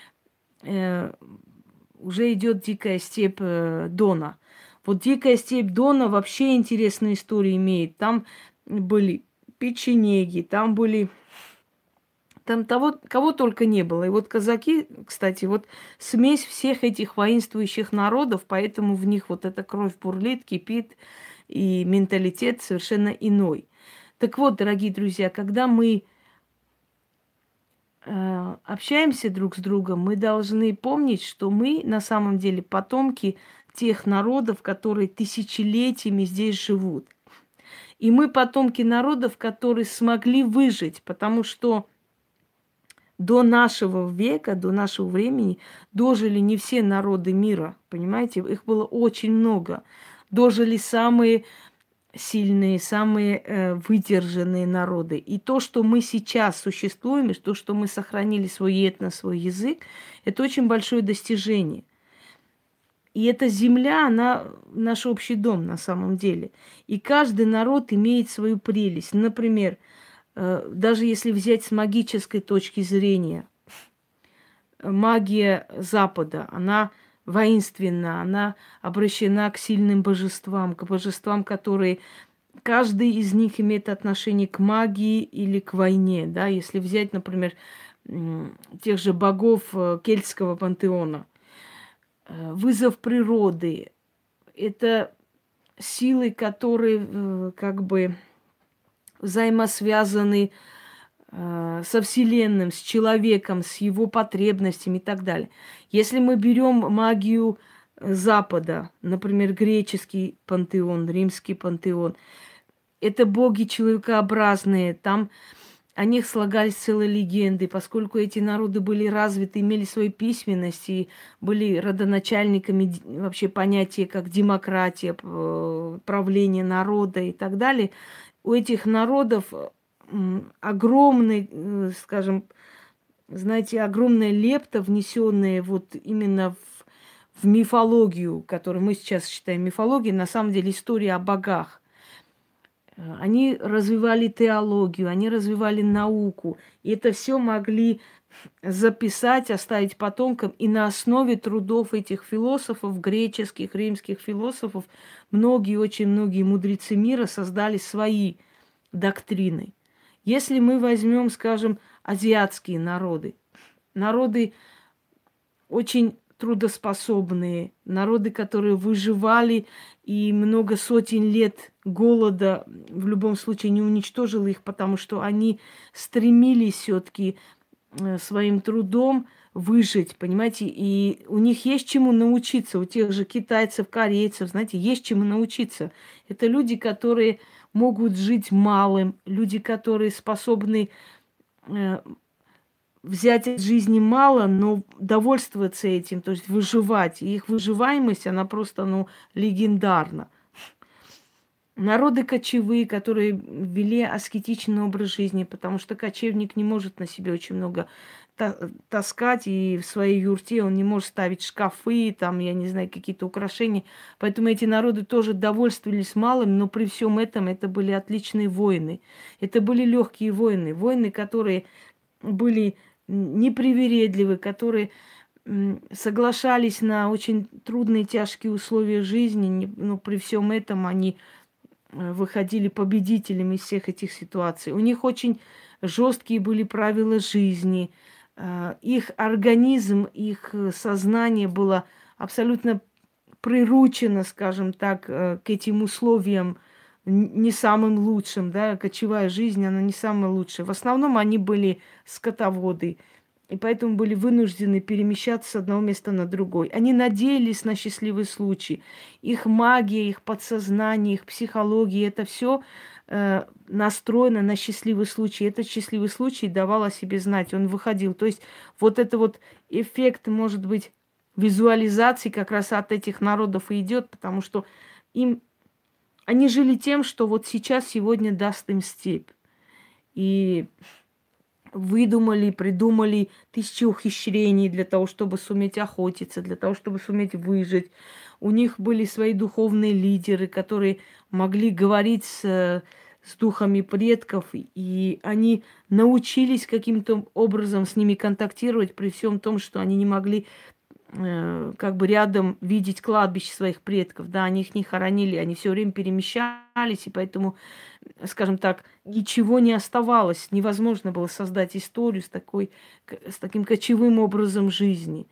уже идет дикая степь Дона. Вот дикая степь Дона вообще интересную историю имеет. Там были печенеги, там были... Там того, кого только не было. И вот казаки, кстати, вот смесь всех этих воинствующих народов, поэтому в них вот эта кровь бурлит, кипит, и менталитет совершенно иной. Так вот, дорогие друзья, когда мы общаемся друг с другом, мы должны помнить, что мы на самом деле потомки тех народов, которые тысячелетиями здесь живут. И мы потомки народов, которые смогли выжить, потому что до нашего века, до нашего времени дожили не все народы мира, понимаете? Их было очень много. Дожили самые сильные, самые выдержанные народы. И то, что мы сейчас существуем, и то, что мы сохранили свой этнос, свой язык, это очень большое достижение. И эта земля, она наш общий дом на самом деле. И каждый народ имеет свою прелесть. Например, даже если взять с магической точки зрения, магия Запада, она воинственна, она обращена к сильным божествам, к божествам, которые каждый из них имеет отношение к магии или к войне, да, если взять, например, тех же богов кельтского пантеона. Вызов природы – это силы, которые как бы взаимосвязаны со Вселенным, с человеком, с его потребностями и так далее. Если мы берем магию Запада, например, греческий пантеон, римский пантеон, это боги человекообразные, там о них слагались целые легенды, поскольку эти народы были развиты, имели свою письменность и были родоначальниками вообще понятия как демократия, правление народа и так далее. У этих народов огромный, скажем, знаете, огромная лепта, внесенная вот именно в мифологию, которую мы сейчас считаем мифологией, на самом деле история о богах. Они развивали теологию, они развивали науку. И это все могли записать, оставить потомкам. И на основе трудов этих философов, греческих, римских философов, многие, очень многие мудрецы мира создали свои доктрины. Если мы возьмем, скажем, азиатские народы, народы очень трудоспособные, народы, которые выживали, и много сотен лет голода в любом случае не уничтожил их, потому что они стремились все-таки своим трудом выжить, понимаете, и у них есть чему научиться, у тех же китайцев, корейцев, знаете, есть чему научиться. Это люди, которые могут жить малым, люди, которые способны взять от жизни мало, но довольствоваться этим, то есть выживать. И их выживаемость, она просто, легендарна. Народы кочевые, которые вели аскетичный образ жизни, потому что кочевник не может на себе очень много таскать, и в своей юрте он не может ставить шкафы, там, я не знаю, какие-то украшения. Поэтому эти народы тоже довольствовались малым, но при всем этом это были отличные воины. Это были легкие воины, воины, которые были непривередливы, которые соглашались на очень трудные, тяжкие условия жизни, но при всем этом они выходили победителями из всех этих ситуаций. У них очень жесткие были правила жизни. Их организм, их сознание было абсолютно приручено, скажем так, к этим условиям не самым лучшим, да, кочевая жизнь, она не самая лучшая. В основном они были скотоводы, и поэтому были вынуждены перемещаться с одного места на другой. Они надеялись на счастливый случай. Их магия, их подсознание, их психология, это все настроено на счастливый случай. Этот счастливый случай давал о себе знать, он выходил. То есть вот это вот эффект, может быть, визуализации как раз от этих народов и идет, потому что им они жили тем, что вот сейчас, сегодня даст им степь. И выдумали, придумали тысячи ухищрений для того, чтобы суметь охотиться, для того, чтобы суметь выжить. У них были свои духовные лидеры, которые могли говорить с духами предков, и они научились каким-то образом с ними контактировать, при всем том, что они не могли как бы рядом видеть кладбище своих предков, да, они их не хоронили, они все время перемещались, и поэтому, скажем так, ничего не оставалось, невозможно было создать историю с таким кочевым образом жизни.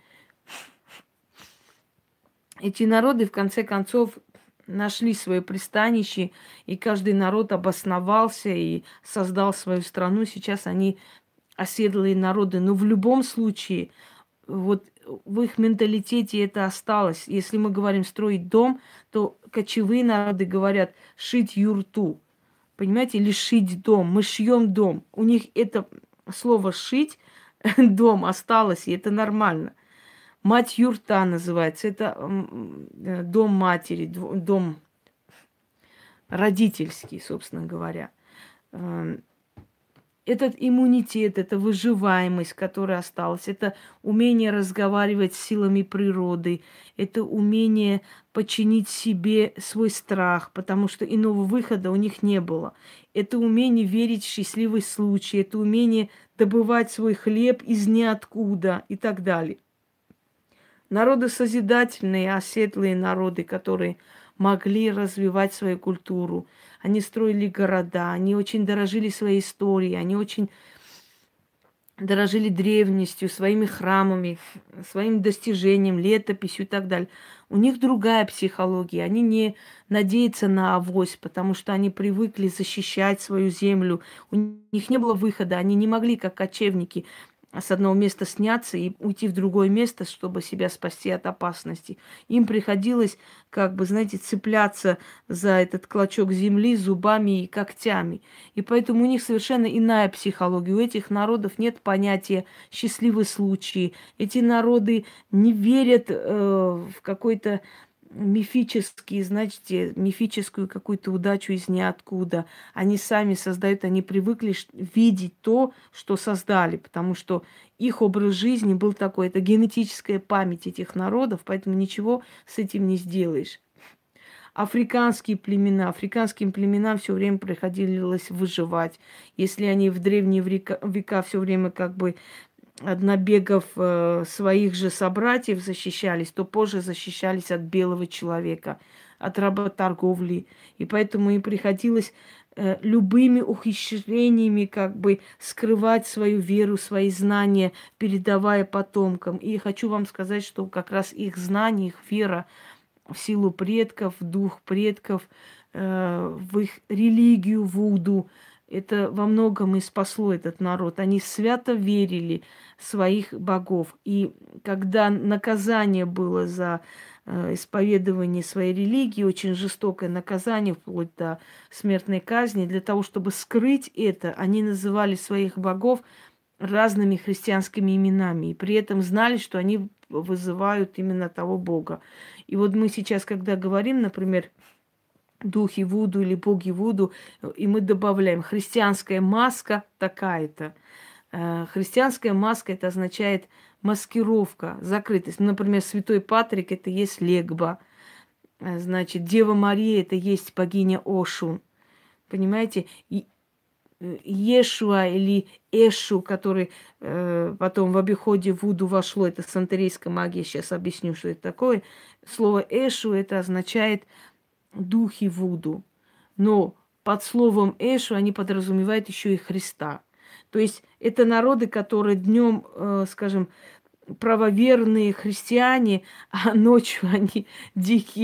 Эти народы, в конце концов, нашли свое пристанище, и каждый народ обосновался и создал свою страну. Сейчас они оседлые народы, но в любом случае вот в их менталитете это осталось. Если мы говорим строить дом, то кочевые народы говорят шить юрту. Понимаете, или шить дом. Мы шьем дом. У них это слово шить дом осталось, и это нормально. Мать юрта называется. Это дом матери, дом родительский, собственно говоря. Этот иммунитет, эта выживаемость, которая осталась, это умение разговаривать с силами природы, это умение подчинить себе свой страх, потому что иного выхода у них не было. Это умение верить в счастливый случай, это умение добывать свой хлеб из ниоткуда и так далее. Народы созидательные, оседлые народы, которые могли развивать свою культуру. Они строили города, они очень дорожили своей историей, они очень дорожили древностью, своими храмами, своим достижением, летописью и так далее. У них другая психология, они не надеются на авось, потому что они привыкли защищать свою землю. У них не было выхода, они не могли, как кочевники, с одного места сняться и уйти в другое место, чтобы себя спасти от опасности. Им приходилось, как бы, знаете, цепляться за этот клочок земли зубами и когтями. И поэтому у них совершенно иная психология. У этих народов нет понятия счастливый случай. Эти народы не верят в какой-то мифические, знаете, мифическую какую-то удачу из ниоткуда. Они сами создают, они привыкли видеть то, что создали, потому что их образ жизни был такой. Это генетическая память этих народов, поэтому ничего с этим не сделаешь. Африканским племенам все время приходилось выживать. Если они в древние века все время как бы от набегов своих же собратьев защищались, то позже защищались от белого человека, от работорговли. И поэтому им приходилось любыми ухищрениями как бы скрывать свою веру, свои знания, передавая потомкам. И хочу вам сказать, что как раз их знания, их вера в силу предков, в дух предков, в их религию Вуду, это во многом и спасло этот народ. Они свято верили в своих богов. И когда наказание было за исповедование своей религии, очень жестокое наказание, вплоть до смертной казни, для того, чтобы скрыть это, они называли своих богов разными христианскими именами. И при этом знали, что они вызывают именно того бога. И вот мы сейчас, когда говорим, например, духи Вуду или боги Вуду, и мы добавляем христианская маска такая-то. Христианская маска это означает маскировка, закрытость. Например, святой Патрик это есть Легба. Значит, Дева Мария это есть богиня Ошун. Понимаете? И Ешуа или Эшу, который потом в обиходе Вуду вошло, это сантерийская магия, сейчас объясню, что это такое. Слово Эшу это означает духи Вуду. Но под словом Эшу они подразумевают еще и Христа. То есть это народы, которые днем, скажем, правоверные христиане, а ночью они дикие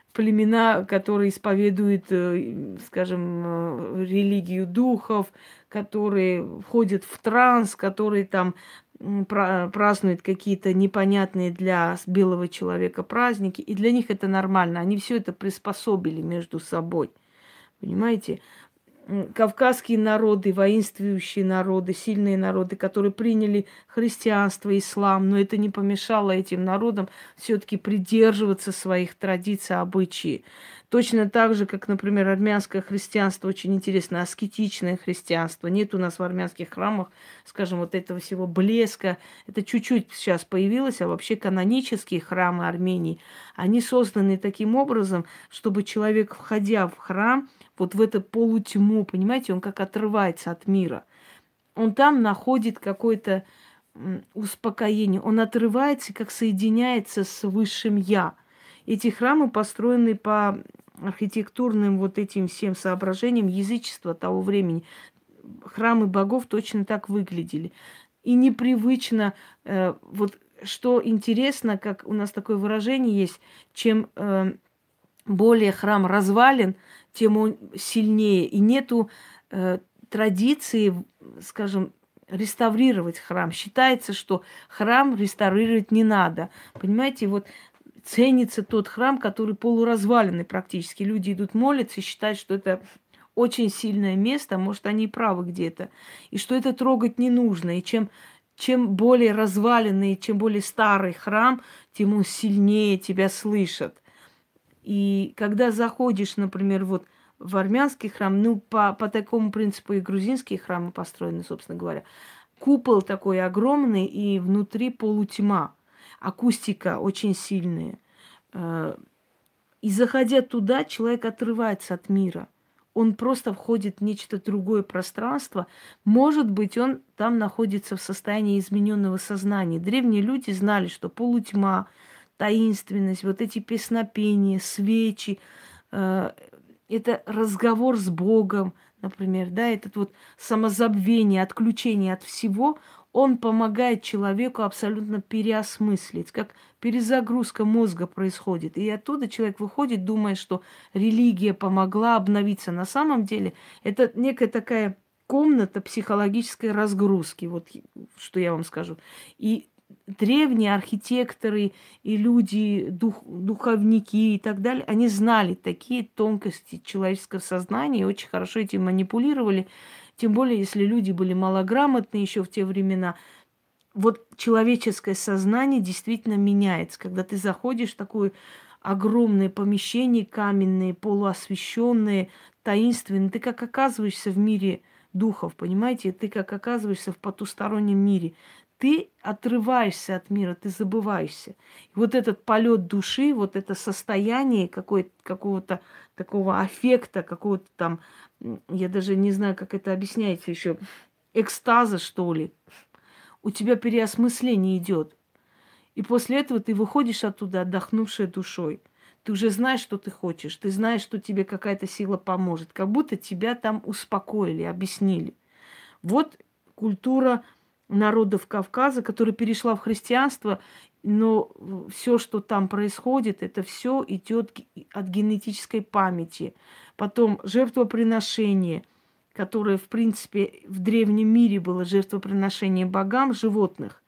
племена, которые исповедуют, скажем, религию духов, которые входят в транс, которые там празднуют какие-то непонятные для белого человека праздники. И для них это нормально. Они все это приспособили между собой. Понимаете? Кавказские народы, воинствующие народы, сильные народы, которые приняли христианство, ислам, но это не помешало этим народам все-таки придерживаться своих традиций, обычаев. Точно так же, как, например, армянское христианство, очень интересно, аскетичное христианство. Нет у нас в армянских храмах, скажем, вот этого всего блеска. Это чуть-чуть сейчас появилось, а вообще канонические храмы Армении, они созданы таким образом, чтобы человек, входя в храм, вот в эту полутьму, понимаете, он как отрывается от мира. Он там находит какое-то успокоение. Он отрывается, как соединяется с высшим «я». Эти храмы построены по архитектурным вот этим всем соображениям язычества того времени. Храмы богов точно так выглядели. И непривычно, вот что интересно, как у нас такое выражение есть, чем более храм развален, тем он сильнее. И нету традиции, скажем, реставрировать храм. Считается, что храм реставрировать не надо. Понимаете, вот ценится тот храм, который полуразваленный практически. Люди идут молятся и считают, что это очень сильное место, может, они и правы где-то, и что это трогать не нужно. И чем более разваленный, чем более старый храм, тем он сильнее тебя слышат. И когда заходишь, например, вот в армянский храм, ну, по такому принципу и грузинские храмы построены, собственно говоря, купол такой огромный, и внутри полутьма, акустика очень сильная. И заходя туда, человек отрывается от мира. Он просто входит в нечто другое пространство. Может быть, он там находится в состоянии измененного сознания. Древние люди знали, что полутьма, таинственность, вот эти песнопения, свечи, это разговор с Богом, например, да, этот вот самозабвение, отключение от всего, он помогает человеку абсолютно переосмыслить, как перезагрузка мозга происходит. И оттуда человек выходит, думая, что религия помогла обновиться. На самом деле это некая такая комната психологической разгрузки, вот что я вам скажу. И древние архитекторы и люди, духовники и так далее, они знали такие тонкости человеческого сознания и очень хорошо этим манипулировали. Тем более, если люди были малограмотны еще в те времена. Вот человеческое сознание действительно меняется. Когда ты заходишь в такое огромное помещение, каменное, полуосвещенное, таинственное, ты как оказываешься в мире духов, понимаете? Ты как оказываешься в потустороннем мире. Ты отрываешься от мира, ты забываешься. И вот этот полет души, вот это состояние какого-то такого аффекта, какого-то там, я даже не знаю, как это объясняется еще, экстаза, что ли. У тебя переосмысление идет. И после этого ты выходишь оттуда, отдохнувшей душой. Ты уже знаешь, что ты хочешь. Ты знаешь, что тебе какая-то сила поможет. Как будто тебя там успокоили, объяснили. Вот культура народов Кавказа, которая перешла в христианство, но все, что там происходит, это все идет от генетической памяти. Потом жертвоприношение, которое, в принципе, в древнем мире было жертвоприношение богам животных.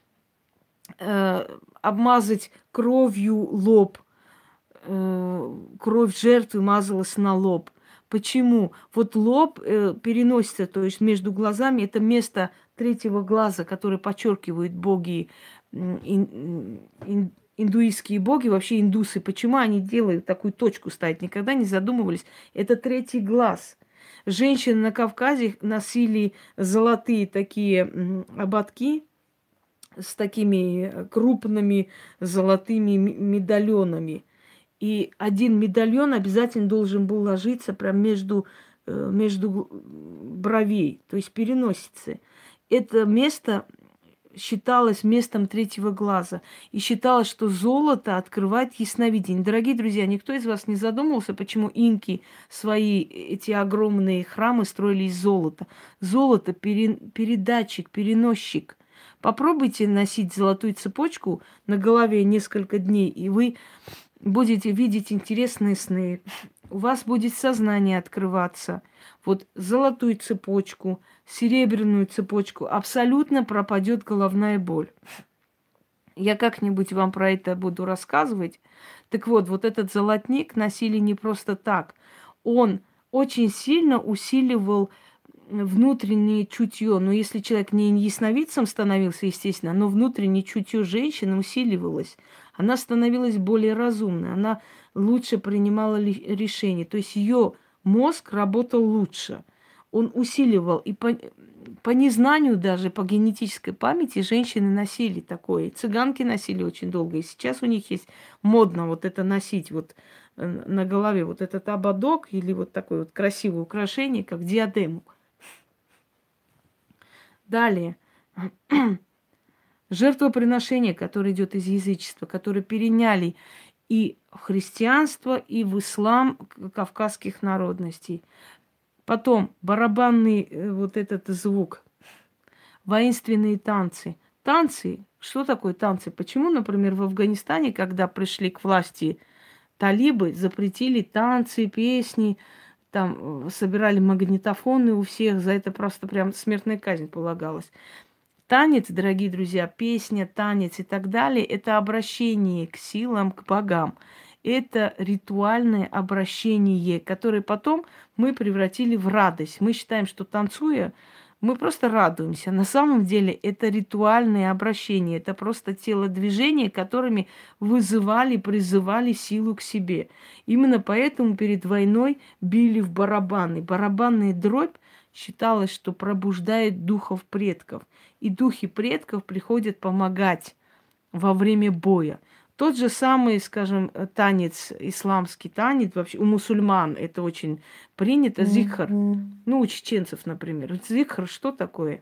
Обмазать кровью лоб. Кровь жертвы мазалась на лоб. Почему? Вот лоб переносится, то есть между глазами, это место третьего глаза, которое подчеркивают боги, индуистские боги, вообще индусы. Почему они делают такую точку ставить? Никогда не задумывались. Это третий глаз. Женщины на Кавказе носили золотые такие ободки с такими крупными золотыми медальонами. И один медальон обязательно должен был ложиться прям между бровей, то есть переносицы. Это место считалось местом третьего глаза. И считалось, что золото открывает ясновидение. Дорогие друзья, никто из вас не задумывался, почему инки свои эти огромные храмы строили из золота. Золото – передатчик, переносчик. Попробуйте носить золотую цепочку на голове несколько дней, и вы будете видеть интересные сны, у вас будет сознание открываться. Вот золотую цепочку, серебряную цепочку, абсолютно пропадет головная боль. Я как-нибудь вам про это буду рассказывать. Так вот, вот этот золотник носили не просто так. Он очень сильно усиливал внутреннее чутье. Но если человек не ясновидцем становился, естественно, но внутреннее чутье женщины усиливалось. Она становилась более разумной, она лучше принимала решения. То есть ее мозг работал лучше. Он усиливал. И по незнанию даже, по генетической памяти женщины носили такое. И цыганки носили очень долго. И сейчас у них есть модно вот это носить вот на голове вот этот ободок или вот такое вот красивое украшение, как диадему. Далее. Жертвоприношение, которое идет из язычества, которое переняли и в христианство, и в ислам кавказских народностей. Потом барабанный вот этот звук, воинственные танцы. Танцы, что такое танцы? Почему, например, в Афганистане, когда пришли к власти талибы, запретили танцы, песни, там собирали магнитофоны у всех, за это просто прям смертная казнь полагалась. Танец, дорогие друзья, песня, танец и так далее – это обращение к силам, к богам. Это ритуальное обращение, которое потом мы превратили в радость. Мы считаем, что танцуя, мы просто радуемся. На самом деле это ритуальное обращение, это просто телодвижения, которыми вызывали, призывали силу к себе. Именно поэтому перед войной били в барабаны. Барабанная дробь считалось, что пробуждает духов предков. И духи предков приходят помогать во время боя. Тот же самый, скажем, танец, исламский танец, вообще у мусульман это очень принято, зикр. Ну, у чеченцев, например. Зикр что такое?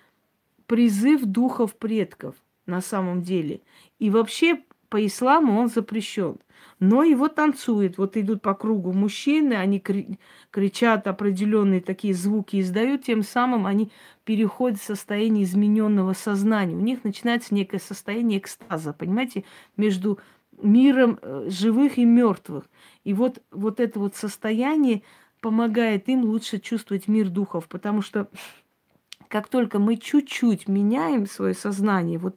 Призыв духов предков на самом деле. И вообще по исламу он запрещен. Но его танцуют. Вот идут по кругу мужчины, они кричат определенные такие звуки, издают, тем самым они переходят в состояние измененного сознания. У них начинается некое состояние экстаза, понимаете, между миром живых и мертвых. И вот это вот состояние помогает им лучше чувствовать мир духов, потому что как только мы чуть-чуть меняем свое сознание, вот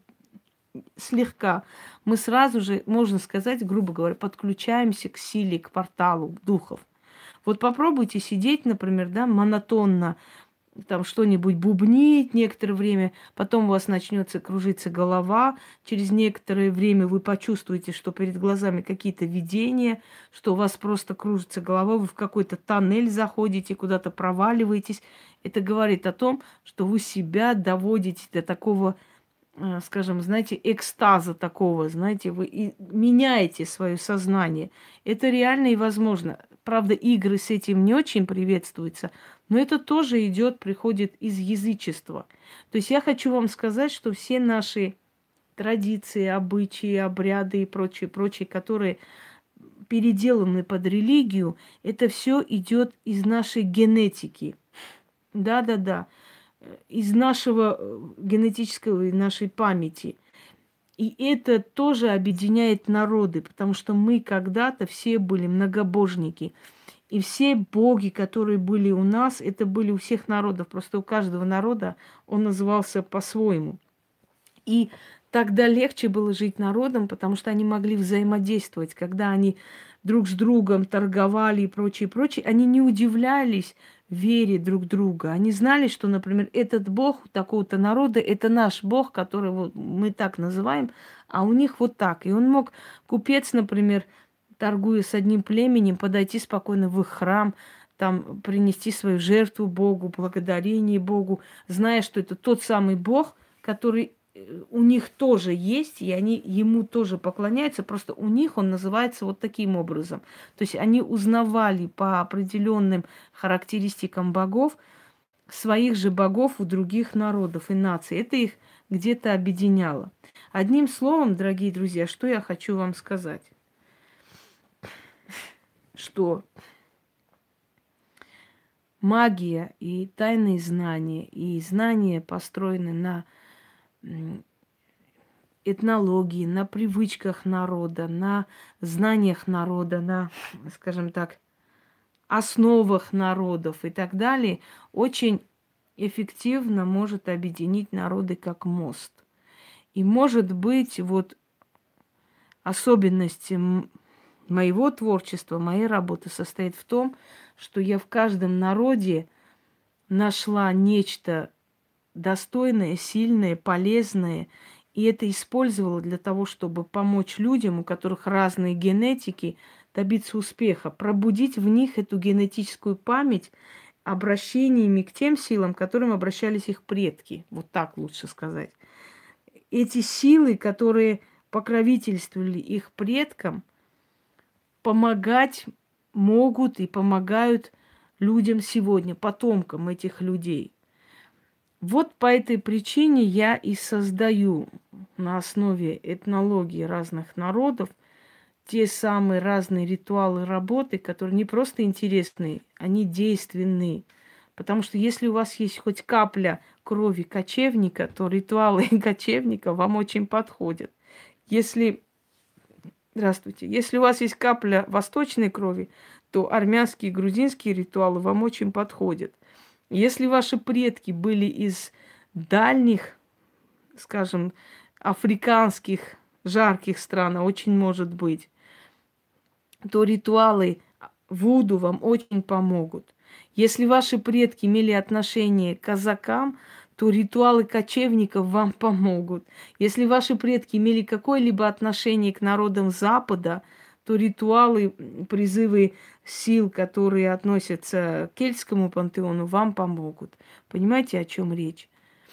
слегка, мы сразу же, можно сказать, грубо говоря, подключаемся к силе, к порталу духов. Вот попробуйте сидеть, например, да, монотонно, там что-нибудь бубнить некоторое время, потом у вас начнется кружиться голова, через некоторое время вы почувствуете, что перед глазами какие-то видения, что у вас просто кружится голова, вы в какой-то тоннель заходите, куда-то проваливаетесь. Это говорит о том, что вы себя доводите до такого, скажем, знаете, экстаза такого, знаете, вы и меняете свое сознание. Это реально и возможно. Правда, игры с этим не очень приветствуются, но это тоже идет, приходит из язычества. То есть я хочу вам сказать, что все наши традиции, обычаи, обряды и прочее, прочее, которые переделаны под религию, это все идет из нашей генетики. Да-да-да, из нашего генетического, нашей памяти. И это тоже объединяет народы, потому что мы когда-то все были многобожники. И все боги, которые были у нас, это были у всех народов. Просто у каждого народа он назывался по-своему. И тогда легче было жить народом, потому что они могли взаимодействовать. Когда они друг с другом торговали и прочее, прочее, они не удивлялись вере друг друга. Они знали, что, например, этот бог такого-то народа, это наш бог, которого мы так называем, а у них вот так. И он мог, купец, например, торгуя с одним племенем, подойти спокойно в их храм, там принести свою жертву Богу, благодарение Богу, зная, что это тот самый Бог, который у них тоже есть, и они ему тоже поклоняются, просто у них он называется вот таким образом. То есть они узнавали по определенным характеристикам богов своих же богов у других народов и наций. Это их где-то объединяло. Одним словом, дорогие друзья, что я хочу вам сказать? Что магия и тайные знания, и знания построены на этнологии, на привычках народа, на знаниях народа, на, скажем так, основах народов и так далее, очень эффективно может объединить народы как мост. И может быть, вот особенность моего творчества, моей работы состоит в том, что я в каждом народе нашла нечто достойное, сильное, полезное, и это использовала для того, чтобы помочь людям, у которых разные генетики, добиться успеха, пробудить в них эту генетическую память обращениями к тем силам, к которым обращались их предки. Вот так лучше сказать. Эти силы, которые покровительствовали их предкам, помогать могут и помогают людям сегодня, потомкам этих людей. Вот по этой причине я и создаю на основе этнологии разных народов те самые разные ритуалы работы, которые не просто интересны, они действенны. Потому что если у вас есть хоть капля крови кочевника, то ритуалы кочевника вам очень подходят. Если Здравствуйте. Если у вас есть капля восточной крови, то армянские и грузинские ритуалы вам очень подходят. Если ваши предки были из дальних, скажем, африканских, жарких стран, а очень может быть, то ритуалы вуду вам очень помогут. Если ваши предки имели отношение к казакам, то ритуалы кочевников вам помогут. Если ваши предки имели какое-либо отношение к народам Запада, то ритуалы, призывы сил, которые относятся к кельтскому пантеону, вам помогут. Понимаете, о чем речь?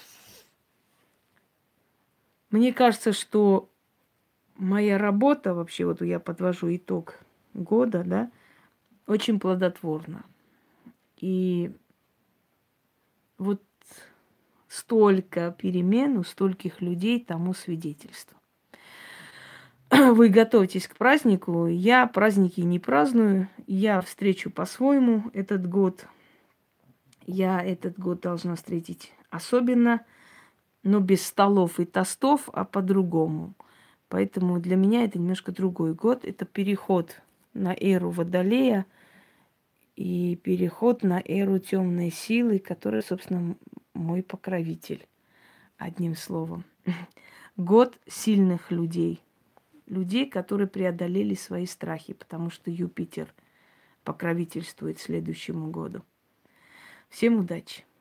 Мне кажется, что моя работа, вообще, вот я подвожу итог года, да, очень плодотворна. И вот столько перемен у стольких людей тому свидетельство. Вы готовьтесь к празднику. Я праздники не праздную. Я встречу по-своему этот год. Я этот год должна встретить особенно, но без столов и тостов, а по-другому. Поэтому для меня это немножко другой год. Это переход на эру Водолея и переход на эру темной силы, которая, собственно, мой покровитель. Одним словом. Год сильных людей. Людей, которые преодолели свои страхи, потому что Юпитер покровительствует следующему году. Всем удачи!